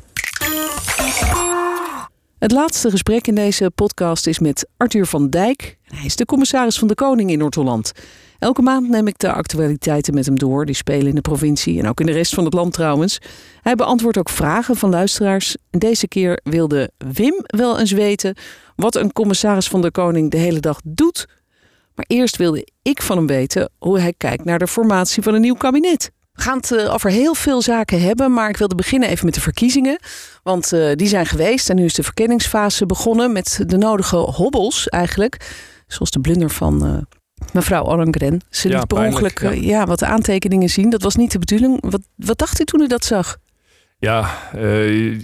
Het laatste gesprek in deze podcast is met Arthur van Dijk. Hij is de commissaris van de Koning in Noord-Holland. Elke maand neem ik de actualiteiten met hem door. Die spelen in de provincie en ook in de rest van het land trouwens. Hij beantwoordt ook vragen van luisteraars. En deze keer wilde Wim wel eens weten wat een commissaris van de Koning de hele dag doet. Maar eerst wilde ik van hem weten hoe hij kijkt naar de formatie van een nieuw kabinet. We gaan het uh, over heel veel zaken hebben, maar ik wilde beginnen even met de verkiezingen. Want uh, die zijn geweest en nu is de verkenningsfase begonnen met de nodige hobbels eigenlijk. Zoals de blunder van uh, mevrouw Ollongren. Ze liet ja, per ongeluk ja. Uh, ja, wat aantekeningen zien. Dat was niet de bedoeling. Wat, wat dacht u toen u dat zag? Ja, uh,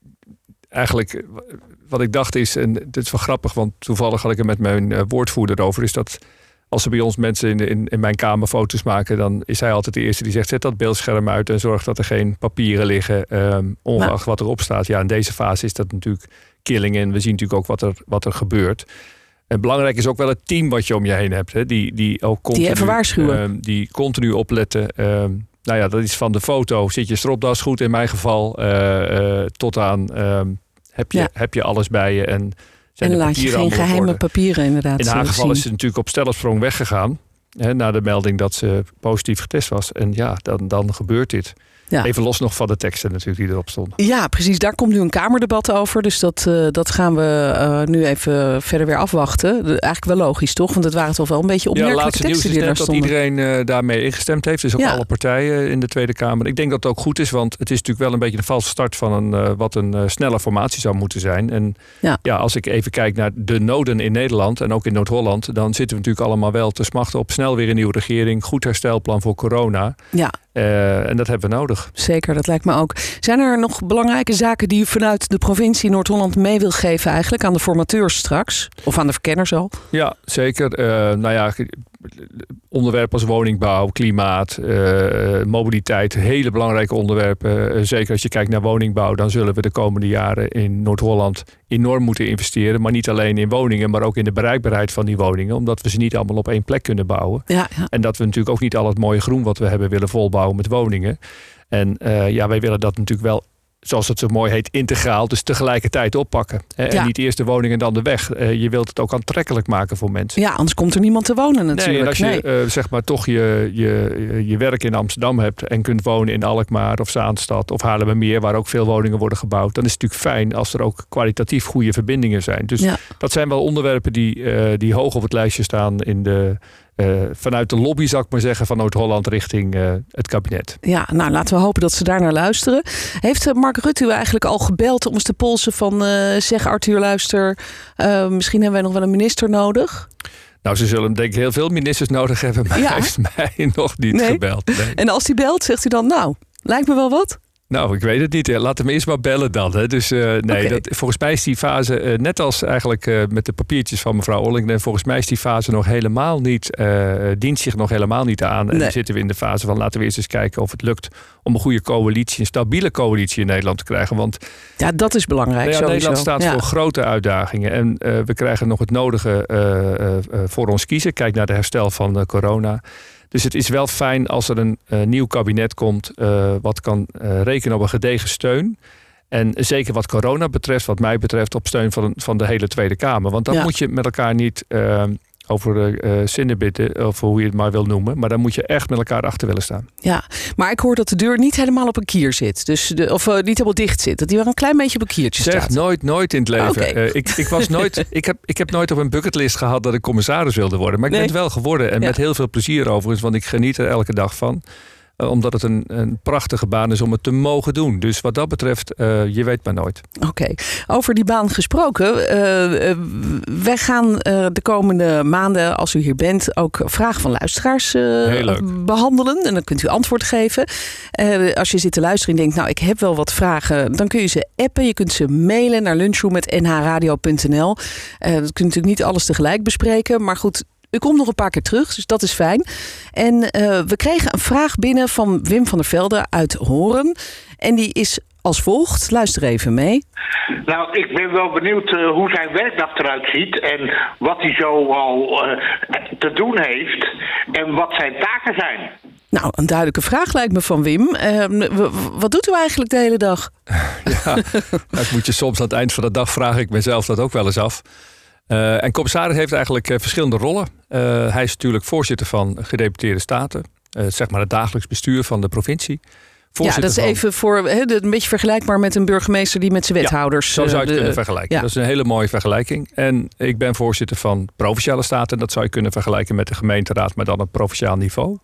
eigenlijk wat ik dacht is, en dit is wel grappig, want toevallig had ik er met mijn uh, woordvoerder over, is dat als er bij ons mensen in, in, in mijn kamer foto's maken, dan is hij altijd de eerste die zegt, zet dat beeldscherm uit en zorg dat er geen papieren liggen, um, ongeacht nou. wat erop staat. Ja, in deze fase is dat natuurlijk killing en we zien natuurlijk ook wat er, wat er gebeurt. En belangrijk is ook wel het team wat je om je heen hebt. Hè, die, die ook continu, die even waarschuwen. Um, die continu opletten. Um, nou ja, dat is van de foto. Zit je stropdas goed in mijn geval. Uh, uh, tot aan um, heb, je, ja. heb je alles bij je. En, zijn en laat je geen geheime worden. papieren inderdaad. In haar geval zien. is ze natuurlijk op stelensprong weggegaan. Hè, na de melding dat ze positief getest was. En ja, dan, dan gebeurt dit. Ja. Even los nog van de teksten natuurlijk die erop stonden. Ja, precies. Daar komt nu een kamerdebat over. Dus dat, uh, dat gaan we uh, nu even verder weer afwachten. De, eigenlijk wel logisch, toch? Want het waren toch wel een beetje opmerkelijke ja, teksten die daar stonden. Dat iedereen uh, daarmee ingestemd heeft. Dus ook ja. alle partijen in de Tweede Kamer. Ik denk dat het ook goed is, want het is natuurlijk wel een beetje een valse start van een, uh, wat een uh, snelle formatie zou moeten zijn. En ja. ja, als ik even kijk naar de noden in Nederland en ook in Noord-Holland, dan zitten we natuurlijk allemaal wel te smachten op snel weer een nieuwe regering. Goed herstelplan voor corona. Ja. Uh, en dat hebben we nodig. Zeker, dat lijkt me ook. Zijn er nog belangrijke zaken die u vanuit de provincie Noord-Holland mee wil geven eigenlijk aan de formateurs straks? Of aan de verkenners al? Ja, zeker. Uh, nou ja, onderwerpen als woningbouw, klimaat, uh, mobiliteit. Hele belangrijke onderwerpen. Uh, zeker als je kijkt naar woningbouw, dan zullen we de komende jaren in Noord-Holland enorm moeten investeren. Maar niet alleen in woningen, maar ook in de bereikbaarheid van die woningen. Omdat we ze niet allemaal op één plek kunnen bouwen. Ja, ja. En dat we natuurlijk ook niet al het mooie groen wat we hebben willen volbouwen met woningen. En uh, ja, wij willen dat natuurlijk wel, zoals het zo mooi heet, integraal, dus tegelijkertijd oppakken. Hè? Ja. En niet eerst de woning en dan de weg. Uh, je wilt het ook aantrekkelijk maken voor mensen. Ja, anders komt er niemand te wonen natuurlijk. Nee, en als je nee. uh, zeg maar toch je, je, je werk in Amsterdam hebt en kunt wonen in Alkmaar of Zaanstad of Haarlemmermeer, waar ook veel woningen worden gebouwd, dan is het natuurlijk fijn als er ook kwalitatief goede verbindingen zijn. Dus ja. dat zijn wel onderwerpen die, uh, die hoog op het lijstje staan in de uh, vanuit de lobby, zou ik maar zeggen, van Noord-Holland richting uh, het kabinet. Ja, nou laten we hopen dat ze daar naar luisteren. Heeft Mark Rutte u eigenlijk al gebeld om eens te polsen van uh, zeg Arthur, luister, uh, misschien hebben wij nog wel een minister nodig? Nou, ze zullen denk ik heel veel ministers nodig hebben, maar ja. hij heeft mij nog niet nee. gebeld. Nee. En als hij belt, zegt hij dan, nou, lijkt me wel wat? Nou, ik weet het niet. Laat hem eerst maar bellen dan. Hè. Dus uh, nee, okay. dat, volgens mij is die fase, uh, net als eigenlijk uh, met de papiertjes van mevrouw Ollingren, volgens mij is die fase nog helemaal niet, uh, dient zich nog helemaal niet aan. Nee. En dan zitten we in de fase van laten we eerst eens kijken of het lukt om een goede coalitie, een stabiele coalitie in Nederland te krijgen. Want ja, dat is belangrijk. Nou ja, Nederland staat ja. voor grote uitdagingen. En uh, we krijgen nog het nodige uh, uh, voor ons kiezen. Kijk naar de herstel van uh, corona. Dus het is wel fijn als er een uh, nieuw kabinet komt uh, wat kan uh, rekenen op een gedegen steun. En zeker wat corona betreft, wat mij betreft, op steun van, van de hele Tweede Kamer. Want dan ja. moet je met elkaar niet uh, over uh, zinnen bidden, of hoe je het maar wil noemen. Maar dan moet je echt met elkaar achter willen staan. Ja, maar ik hoor dat de deur niet helemaal op een kier zit. Dus de, of uh, niet helemaal dicht zit. Dat die wel een klein beetje op een kiertje zeg, staat. nooit, nooit in het leven. Okay. Uh, ik, ik, was nooit, ik, heb, ik heb nooit op een bucketlist gehad dat ik commissaris wilde worden. Maar ik nee. ben het wel geworden. En ja. met heel veel plezier overigens, want ik geniet er elke dag van. Uh, omdat het een, een prachtige baan is om het te mogen doen. Dus wat dat betreft, uh, je weet maar nooit. Oké, okay. Over die baan gesproken. Uh, uh, wij gaan uh, de komende maanden, als u hier bent, ook vragen van luisteraars uh, behandelen. En dan kunt u antwoord geven. Uh, als je zit te luisteren en denkt, nou ik heb wel wat vragen, dan kun je ze appen. Je kunt ze mailen naar lunchroom punt n h radio punt n l. Uh, dat kunt natuurlijk niet alles tegelijk bespreken, maar goed. U komt nog een paar keer terug, dus dat is fijn. En uh, we kregen een vraag binnen van Wim van der Velde uit Horen. En die is als volgt. Luister even mee. Nou, ik ben wel benieuwd uh, hoe zijn werkdag eruit ziet. En wat hij zo al uh, te doen heeft. En wat zijn taken zijn. Nou, een duidelijke vraag lijkt me van Wim. Uh, wat doet u eigenlijk de hele dag? Ja, dat moet je soms aan het eind van de dag vragen. Ik mezelf dat ook wel eens af. Uh, en commissaris heeft eigenlijk uh, verschillende rollen. Uh, hij is natuurlijk voorzitter van gedeputeerde staten. Uh, zeg maar het dagelijks bestuur van de provincie. Voorzitter ja, dat is van... even voor he, een beetje vergelijkbaar met een burgemeester die met zijn wethouders... Ja, zo zou je het de, kunnen vergelijken. Ja. Dat is een hele mooie vergelijking. En ik ben voorzitter van provinciale staten. Dat zou je kunnen vergelijken met de gemeenteraad, maar dan op provinciaal niveau.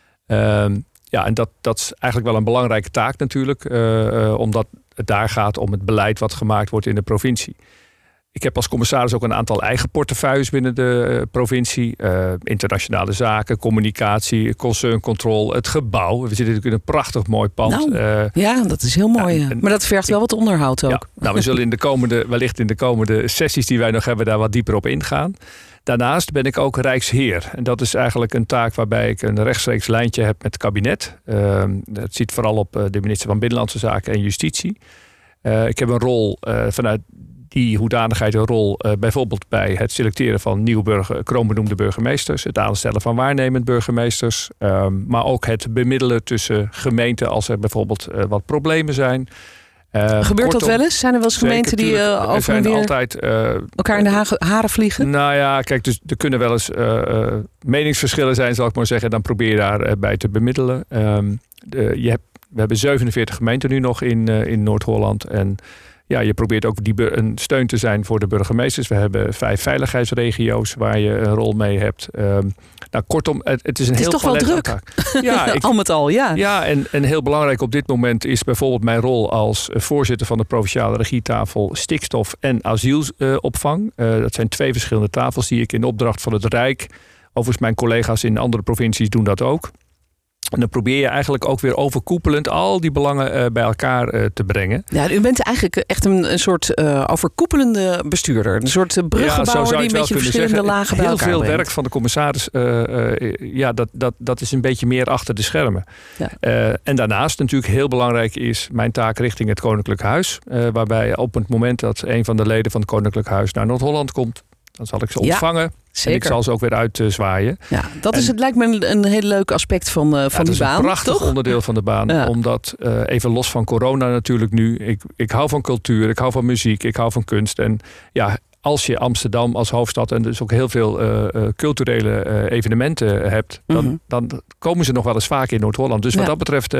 Uh, ja, en dat, dat is eigenlijk wel een belangrijke taak natuurlijk. Uh, uh, omdat het daar gaat om het beleid wat gemaakt wordt in de provincie. Ik heb als commissaris ook een aantal eigen portefeuilles binnen de uh, provincie. Uh, internationale zaken, communicatie, concerncontrole, het gebouw. We zitten natuurlijk in een prachtig mooi pand. Nou, uh, ja, dat is heel mooi. Ja, en, maar dat vergt wel wat onderhoud ook. Ja, nou, we zullen in de komende, wellicht in de komende sessies die wij nog hebben daar wat dieper op ingaan. Daarnaast ben ik ook Rijksheer. En dat is eigenlijk een taak waarbij ik een rechtstreeks lijntje heb met het kabinet. Uh, dat ziet vooral op uh, de minister van Binnenlandse Zaken en Justitie. Uh, ik heb een rol uh, vanuit die hoedanigheid een rol uh, bijvoorbeeld bij het selecteren van nieuwe burger, kroonbenoemde burgemeesters, het aanstellen van waarnemend burgemeesters, um, maar ook het bemiddelen tussen gemeenten als er bijvoorbeeld uh, wat problemen zijn. Uh, Gebeurt kortom, dat wel eens? Zijn er wel eens gemeenten die uh, over en weer altijd, uh, elkaar in de ha- haren vliegen? Nou ja, kijk, dus er kunnen wel eens uh, uh, meningsverschillen zijn, zal ik maar zeggen. Dan probeer je daarbij uh, te bemiddelen. Um, de, je hebt, we hebben zevenenveertig gemeenten nu nog in, uh, in Noord-Holland. En ja, je probeert ook die be- een steun te zijn voor de burgemeesters. We hebben vijf veiligheidsregio's waar je een rol mee hebt. Um, nou, kortom, het, het is een het heel is toch wel druk. Ja, ik, al met al, ja. Ja, en, en heel belangrijk op dit moment is bijvoorbeeld mijn rol als voorzitter van de provinciale regietafel stikstof en asielopvang. Uh, dat zijn twee verschillende tafels die ik in opdracht van het Rijk. Overigens, mijn collega's in andere provincies doen dat ook. En dan probeer je eigenlijk ook weer overkoepelend al die belangen uh, bij elkaar uh, te brengen. Ja, u bent eigenlijk echt een, een soort uh, overkoepelende bestuurder. Een soort bruggenbouwer ja, die met je verschillende zeggen. lagen bij Heel elkaar veel brengt. werk van de commissaris, uh, uh, ja, dat, dat, dat is een beetje meer achter de schermen. Ja. Uh, en daarnaast natuurlijk heel belangrijk is mijn taak richting het Koninklijk Huis. Uh, waarbij op het moment dat een van de leden van het Koninklijk Huis naar Noord-Holland komt, dan zal ik ze ontvangen. Ja. Zeker. En ik zal ze ook weer uitzwaaien. Ja, dat is het, lijkt me een, een heel leuk aspect van, uh, van ja, die baan. Dat is een prachtig toch? onderdeel van de baan. Ja. Omdat, uh, even los van corona natuurlijk nu. Ik, ik hou van cultuur, ik hou van muziek, ik hou van kunst. En ja, als je Amsterdam als hoofdstad en dus ook heel veel uh, uh, culturele uh, evenementen hebt, dan, mm-hmm. dan komen ze nog wel eens vaak in Noord-Holland. Dus wat ja. dat betreft, uh,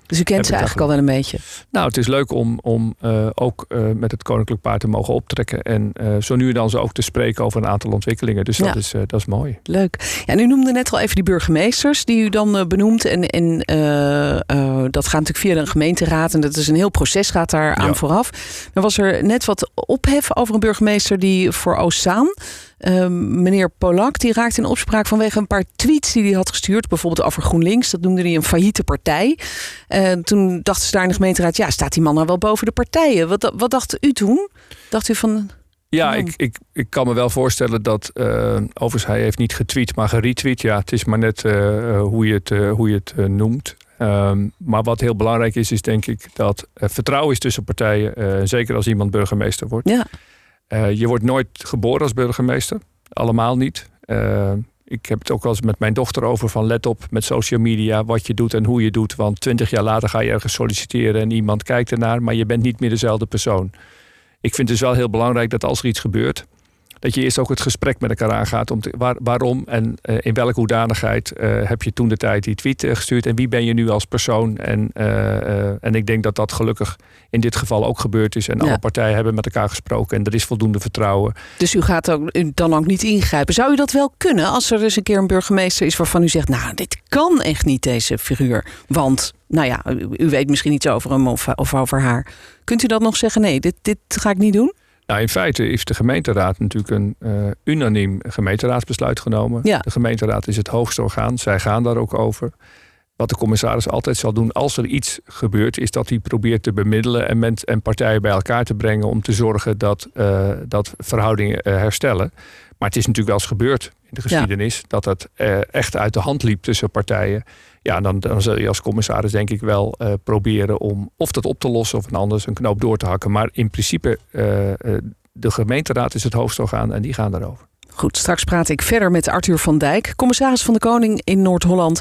Dus u kent ze eigenlijk al wel een beetje? Nou, het is leuk om, om uh, ook uh, met het Koninklijk Paard te mogen optrekken. En uh, zo nu en dan zo ook te spreken over een aantal ontwikkelingen. Dus dat, ja. is, uh, dat is mooi. Leuk. Ja, en u noemde net al even die burgemeesters die u dan uh, benoemt. En, en uh, uh, dat gaat natuurlijk via de gemeenteraad. En dat is een heel proces, gaat daar aan ja. vooraf. Dan was er net wat ophef over een burgemeester die voor Oostzaan... Uh, meneer Polak, die raakte in opspraak vanwege een paar tweets die hij had gestuurd. Bijvoorbeeld over GroenLinks. Dat noemde hij een failliete partij. Uh, toen dachten ze daar in de gemeenteraad... ja, staat die man nou wel boven de partijen? Wat, wat dacht u toen? Dacht u van... Ja, ik, ik, ik kan me wel voorstellen dat... Uh, overigens, hij heeft niet getweet, maar geretweet. Ja, het is maar net uh, hoe je het, uh, hoe je het uh, noemt. Um, maar wat heel belangrijk is, is denk ik dat uh, vertrouwen is tussen partijen. Uh, zeker als iemand burgemeester wordt. Ja. Uh, je wordt nooit geboren als burgemeester. Allemaal niet. Uh, ik heb het ook wel eens met mijn dochter over van let op met social media wat je doet en hoe je doet. Want twintig jaar later ga je ergens solliciteren en iemand kijkt ernaar, maar je bent niet meer dezelfde persoon. Ik vind het dus wel heel belangrijk dat als er iets gebeurt, dat je eerst ook het gesprek met elkaar aangaat. Om te, waar, waarom en uh, in welke hoedanigheid uh, heb je toen de tijd die tweet uh, gestuurd en wie ben je nu als persoon? En, uh, uh, en ik denk dat dat gelukkig in dit geval ook gebeurd is. En ja. alle partijen hebben met elkaar gesproken en er is voldoende vertrouwen. Dus u gaat ook, u dan ook niet ingrijpen. Zou u dat wel kunnen als er dus een keer een burgemeester is waarvan u zegt, nou, dit kan echt niet, deze figuur. Want, nou ja, u, u weet misschien iets over hem of, of over haar. Kunt u dat nog zeggen, nee, dit, dit ga ik niet doen? Nou, in feite heeft de gemeenteraad natuurlijk een uh, unaniem gemeenteraadsbesluit genomen. Ja. De gemeenteraad is het hoogste orgaan. Zij gaan daar ook over. Wat de commissaris altijd zal doen als er iets gebeurt, is dat hij probeert te bemiddelen en, men, en partijen bij elkaar te brengen om te zorgen dat, uh, dat verhoudingen uh, herstellen. Maar het is natuurlijk wel eens gebeurd in de geschiedenis ja. dat het uh, echt uit de hand liep tussen partijen. Ja, dan, dan zul je als commissaris denk ik wel uh, proberen om of dat op te lossen of een anders een knoop door te hakken. Maar in principe, uh, uh, de gemeenteraad is het hoogste orgaan en die gaan daarover. Goed, straks praat ik verder met Arthur van Dijk, commissaris van de Koning in Noord-Holland.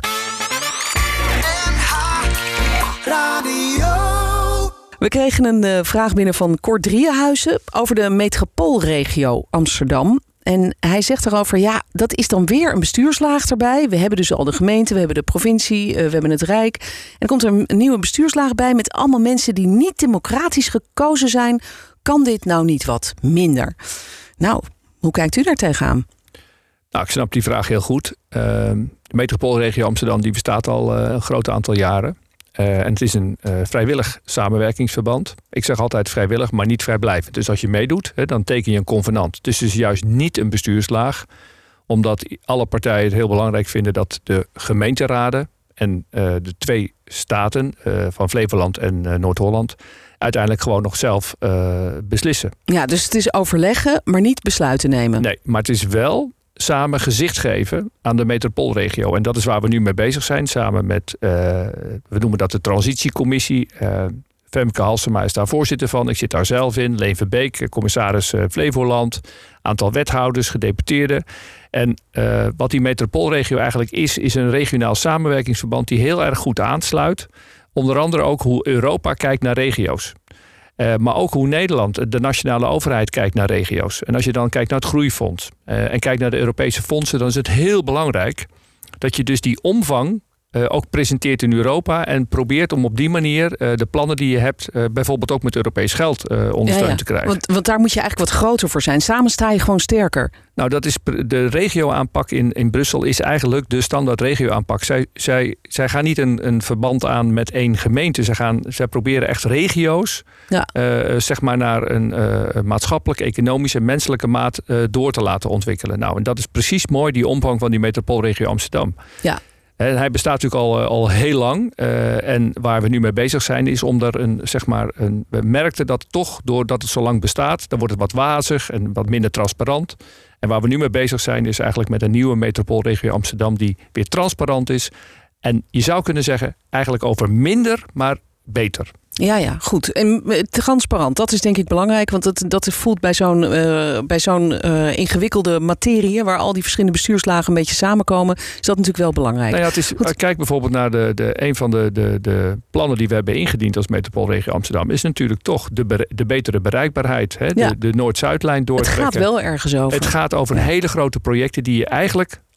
We kregen een uh, vraag binnen van Cor Driehuizen over de metropoolregio Amsterdam. En hij zegt erover, ja, dat is dan weer een bestuurslaag erbij. We hebben dus al de gemeente, we hebben de provincie, uh, we hebben het Rijk. En er komt er een nieuwe bestuurslaag bij met allemaal mensen die niet democratisch gekozen zijn. Kan dit nou niet wat minder? Nou, hoe kijkt u daar tegenaan? Nou, ik snap die vraag heel goed. Uh, de metropoolregio Amsterdam die bestaat al uh, een groot aantal jaren. Uh, en het is een uh, vrijwillig samenwerkingsverband. Ik zeg altijd vrijwillig, maar niet vrijblijvend. Dus als je meedoet, hè, dan teken je een convenant. Dus het is juist niet een bestuurslaag. Omdat alle partijen het heel belangrijk vinden dat de gemeenteraden en uh, de twee staten uh, van Flevoland en uh, Noord-Holland uiteindelijk gewoon nog zelf uh, beslissen. Ja, dus het is overleggen, maar niet besluiten nemen. Nee, maar het is wel samen gezicht geven aan de metropoolregio. En dat is waar we nu mee bezig zijn. Samen met, uh, we noemen dat de transitiecommissie. Uh, Femke Halsema is daar voorzitter van. Ik zit daar zelf in. Leen Verbeek, commissaris uh, Flevoland. Aantal wethouders, gedeputeerden. En uh, wat die metropoolregio eigenlijk is, is een regionaal samenwerkingsverband die heel erg goed aansluit. Onder andere ook hoe Europa kijkt naar regio's. Uh, maar ook hoe Nederland, de nationale overheid, kijkt naar regio's. En als je dan kijkt naar het Groeifonds uh, en kijkt naar de Europese fondsen, dan is het heel belangrijk dat je dus die omvang uh, ook presenteert in Europa en probeert om op die manier uh, de plannen die je hebt, uh, bijvoorbeeld ook met Europees geld uh, ondersteund ja, ja. te krijgen. Want, want daar moet je eigenlijk wat groter voor zijn. Samen sta je gewoon sterker. Nou, dat is de regio-aanpak in, in Brussel is eigenlijk de standaard regio-aanpak. Zij, zij, zij gaan niet een, een verband aan met één gemeente. Zij, gaan, zij proberen echt regio's ja. uh, zeg maar naar een uh, maatschappelijk, economische, menselijke maat uh, door te laten ontwikkelen. Nou, en dat is precies mooi, die omvang van die metropoolregio Amsterdam. Ja. En hij bestaat natuurlijk al, al heel lang. Uh, en waar we nu mee bezig zijn is om er een, zeg maar, een, we merkten dat toch, doordat het zo lang bestaat, dan wordt het wat wazig en wat minder transparant. En waar we nu mee bezig zijn is eigenlijk met een nieuwe metropoolregio Amsterdam die weer transparant is. En je zou kunnen zeggen eigenlijk over minder, maar beter. Ja, ja, goed. En transparant, dat is denk ik belangrijk. Want dat, dat voelt bij zo'n, uh, bij zo'n uh, ingewikkelde materie, waar al die verschillende bestuurslagen een beetje samenkomen, is dat natuurlijk wel belangrijk. Nou ja, het is, kijk bijvoorbeeld naar de, de, een van de, de, de plannen die we hebben ingediend als metropoolregio Amsterdam, is natuurlijk toch de, de betere bereikbaarheid. Hè? De, ja. de Noord-Zuidlijn doortrekken. Het gaat wel ergens over. Het gaat over ja. hele grote projecten die je eigenlijk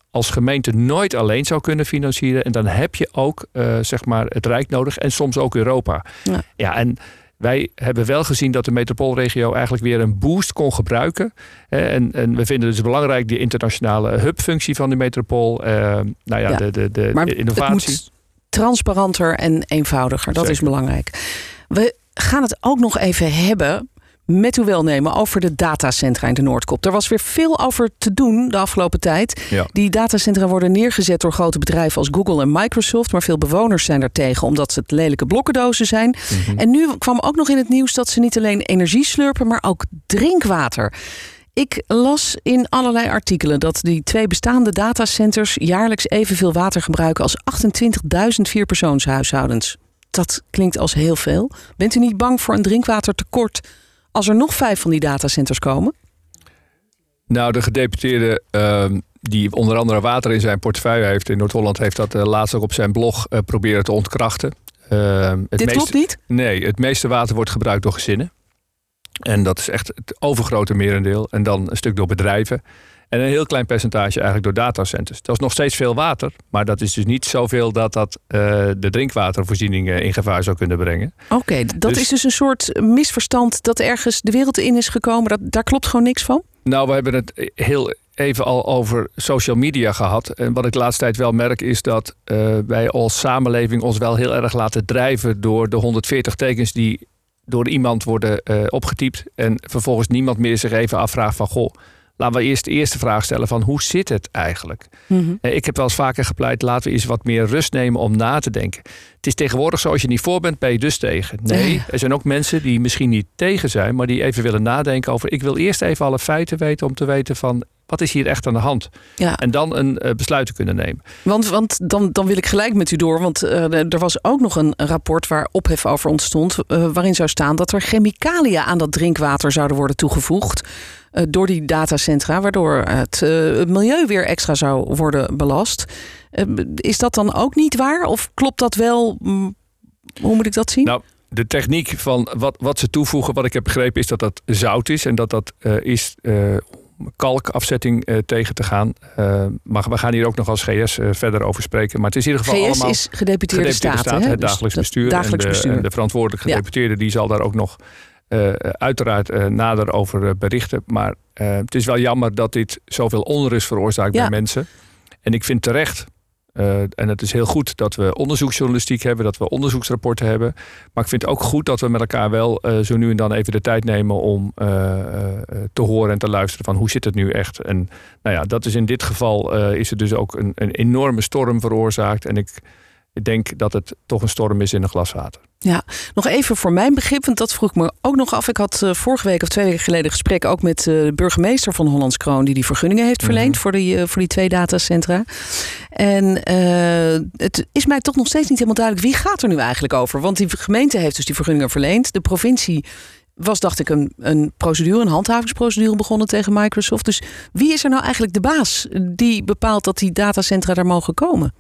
als gemeente nooit alleen zou kunnen financieren. En dan heb je ook uh, zeg maar het Rijk nodig en soms ook Europa. Ja, ja en wij hebben wel gezien dat de metropoolregio eigenlijk weer een boost kon gebruiken. En, en we vinden het dus belangrijk die internationale hubfunctie van de metropool. Uh, nou ja, ja, de, de, de maar innovatie. Het moet transparanter en eenvoudiger. Dat Zeker. Is belangrijk. We gaan het ook nog even hebben, met uw welnemen, over de datacentra in de Noordkop. Er was weer veel over te doen de afgelopen tijd. Ja. Die datacentra worden neergezet door grote bedrijven als Google en Microsoft. Maar veel bewoners zijn er tegen omdat het lelijke blokkendozen zijn. Mm-hmm. En nu kwam ook nog in het nieuws dat ze niet alleen energie slurpen, maar ook drinkwater. Ik las in allerlei artikelen dat die twee bestaande datacenters jaarlijks evenveel water gebruiken als achtentwintigduizend vierpersoonshuishoudens. Dat klinkt als heel veel. Bent u niet bang voor een drinkwatertekort als er nog vijf van die datacenters komen? Nou, de gedeputeerde uh, die onder andere water in zijn portefeuille heeft in Noord-Holland, heeft dat uh, laatst ook op zijn blog uh, proberen te ontkrachten. Uh, het Dit meeste, klopt niet? Nee, het meeste water wordt gebruikt door gezinnen. En dat is echt het overgrote merendeel. En dan een stuk door bedrijven. En een heel klein percentage eigenlijk door datacenters. Dat is nog steeds veel water. Maar dat is dus niet zoveel dat dat uh, de drinkwatervoorziening uh, in gevaar zou kunnen brengen. Oké, okay, dat dus, is dus een soort misverstand dat ergens de wereld in is gekomen. Dat, daar klopt gewoon niks van? Nou, we hebben het heel even al over social media gehad. En wat ik de laatste tijd wel merk is dat uh, wij als samenleving ons wel heel erg laten drijven door de honderdveertig tekens die door iemand worden uh, opgetypt. En vervolgens niemand meer zich even afvraagt van goh, laten we eerst de eerste vraag stellen van hoe zit het eigenlijk? Mm-hmm. Ik heb wel eens vaker gepleit, laten we eens wat meer rust nemen om na te denken. Het is tegenwoordig zo, als je niet voor bent, ben je dus tegen. Nee, er zijn ook mensen die misschien niet tegen zijn, maar die even willen nadenken over, ik wil eerst even alle feiten weten om te weten van, wat is hier echt aan de hand? Ja. En dan een uh, besluit te kunnen nemen. Want, want dan, dan wil ik gelijk met u door. Want uh, er was ook nog een rapport waar ophef over ontstond. Uh, waarin zou staan dat er chemicaliën aan dat drinkwater zouden worden toegevoegd. Uh, door die datacentra. Waardoor het, uh, het milieu weer extra zou worden belast. Uh, is dat dan ook niet waar? Of klopt dat wel? Mm, hoe moet ik dat zien? Nou, de techniek van wat, wat ze toevoegen, wat ik heb begrepen, is dat dat zout is. En dat dat uh, is Uh, kalkafzetting uh, tegen te gaan. Uh, maar we gaan hier ook nog als G S uh, verder over spreken. Maar het is in ieder geval G S allemaal is gedeputeerde, gedeputeerde staat, staat, hè? het dagelijks dus bestuur. Dagelijks en, de, bestuur. en de verantwoordelijke gedeputeerde, ja, die zal daar ook nog uh, uiteraard uh, nader over uh, berichten. Maar uh, het is wel jammer dat dit zoveel onrust veroorzaakt, ja, bij mensen. En ik vind terecht, Uh, en het is heel goed dat we onderzoeksjournalistiek hebben, dat we onderzoeksrapporten hebben. Maar ik vind het ook goed dat we met elkaar wel uh, zo nu en dan even de tijd nemen om uh, uh, te horen en te luisteren van hoe zit het nu echt. En nou ja, dat is in dit geval uh, is er dus ook een, een enorme storm veroorzaakt. En ik denk dat het toch een storm is in een glas water. Ja, nog even voor mijn begrip, want dat vroeg ik me ook nog af. Ik had uh, vorige week of twee weken geleden gesprek ook met uh, de burgemeester van Hollands Kroon, die die vergunningen heeft verleend, mm-hmm, voor, die, uh, voor die twee datacentra. En uh, het is mij toch nog steeds niet helemaal duidelijk, wie gaat er nu eigenlijk over? Want die gemeente heeft dus die vergunningen verleend. De provincie was, dacht ik, een, een procedure, een handhavingsprocedure begonnen tegen Microsoft. Dus wie is er nou eigenlijk de baas die bepaalt dat die datacentra daar mogen komen?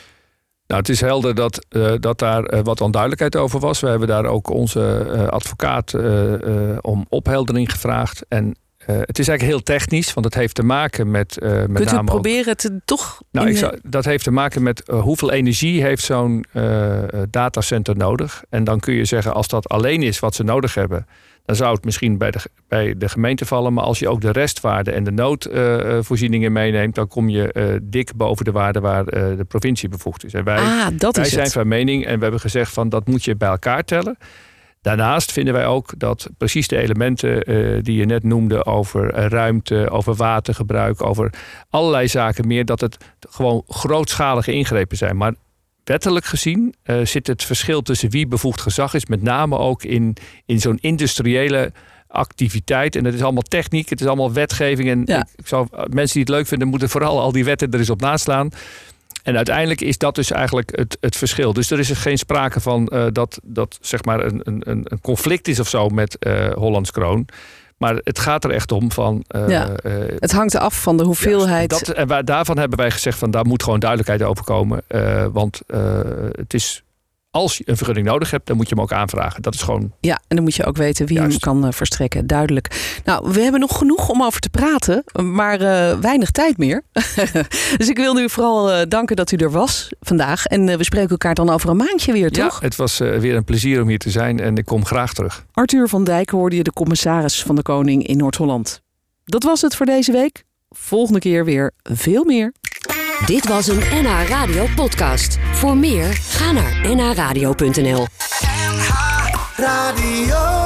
Nou, het is helder dat, uh, dat daar uh, wat onduidelijkheid over was. We hebben daar ook onze uh, advocaat uh, uh, om opheldering gevraagd. En uh, het is eigenlijk heel technisch, want het heeft te maken met uh, met Kunt name u proberen ook, het toch? Nou, ik zou, dat heeft te maken met uh, hoeveel energie heeft zo'n uh, datacenter nodig. En dan kun je zeggen, als dat alleen is wat ze nodig hebben, dan zou het misschien bij de, bij de gemeente vallen. Maar als je ook de restwaarde en de noodvoorzieningen uh, meeneemt, dan kom je uh, dik boven de waarde waar uh, de provincie bevoegd is. En wij, ah, dat wij is zijn het. van mening en we hebben gezegd van dat moet je bij elkaar tellen. Daarnaast vinden wij ook dat precies de elementen uh, die je net noemde over uh, ruimte, over watergebruik, over allerlei zaken meer, dat het gewoon grootschalige ingrepen zijn. Maar wettelijk gezien uh, zit het verschil tussen wie bevoegd gezag is, met name ook in, in zo'n industriële activiteit. En dat is allemaal techniek, het is allemaal wetgeving. En ja, ik, ik zou, mensen die het leuk vinden, moeten vooral al die wetten er eens op naslaan. En uiteindelijk is dat dus eigenlijk het, het verschil. Dus er is er geen sprake van uh, dat dat zeg maar een, een, een conflict is of zo met uh, Hollands Kroon. Maar het gaat er echt om van. Uh, ja, uh, het hangt af van de hoeveelheid. Ja, dat, en waar, daarvan hebben wij gezegd van daar moet gewoon duidelijkheid over komen. Uh, want uh, het is als je een vergunning nodig hebt, dan moet je hem ook aanvragen. Dat is gewoon... Ja, en dan moet je ook weten wie Juist. hem kan uh, verstrekken. Duidelijk. Nou, we hebben nog genoeg om over te praten, maar uh, weinig tijd meer. Dus ik wil u vooral uh, danken dat u er was vandaag. En uh, we spreken elkaar dan over een maandje weer, toch? Ja, het was uh, weer een plezier om hier te zijn en ik kom graag terug. Arthur van Dijk hoorde je, de commissaris van de Koning in Noord-Holland. Dat was het voor deze week. Volgende keer weer veel meer. Dit was een N H Radio podcast. Voor meer, ga naar n h radio punt n l. N H Radio.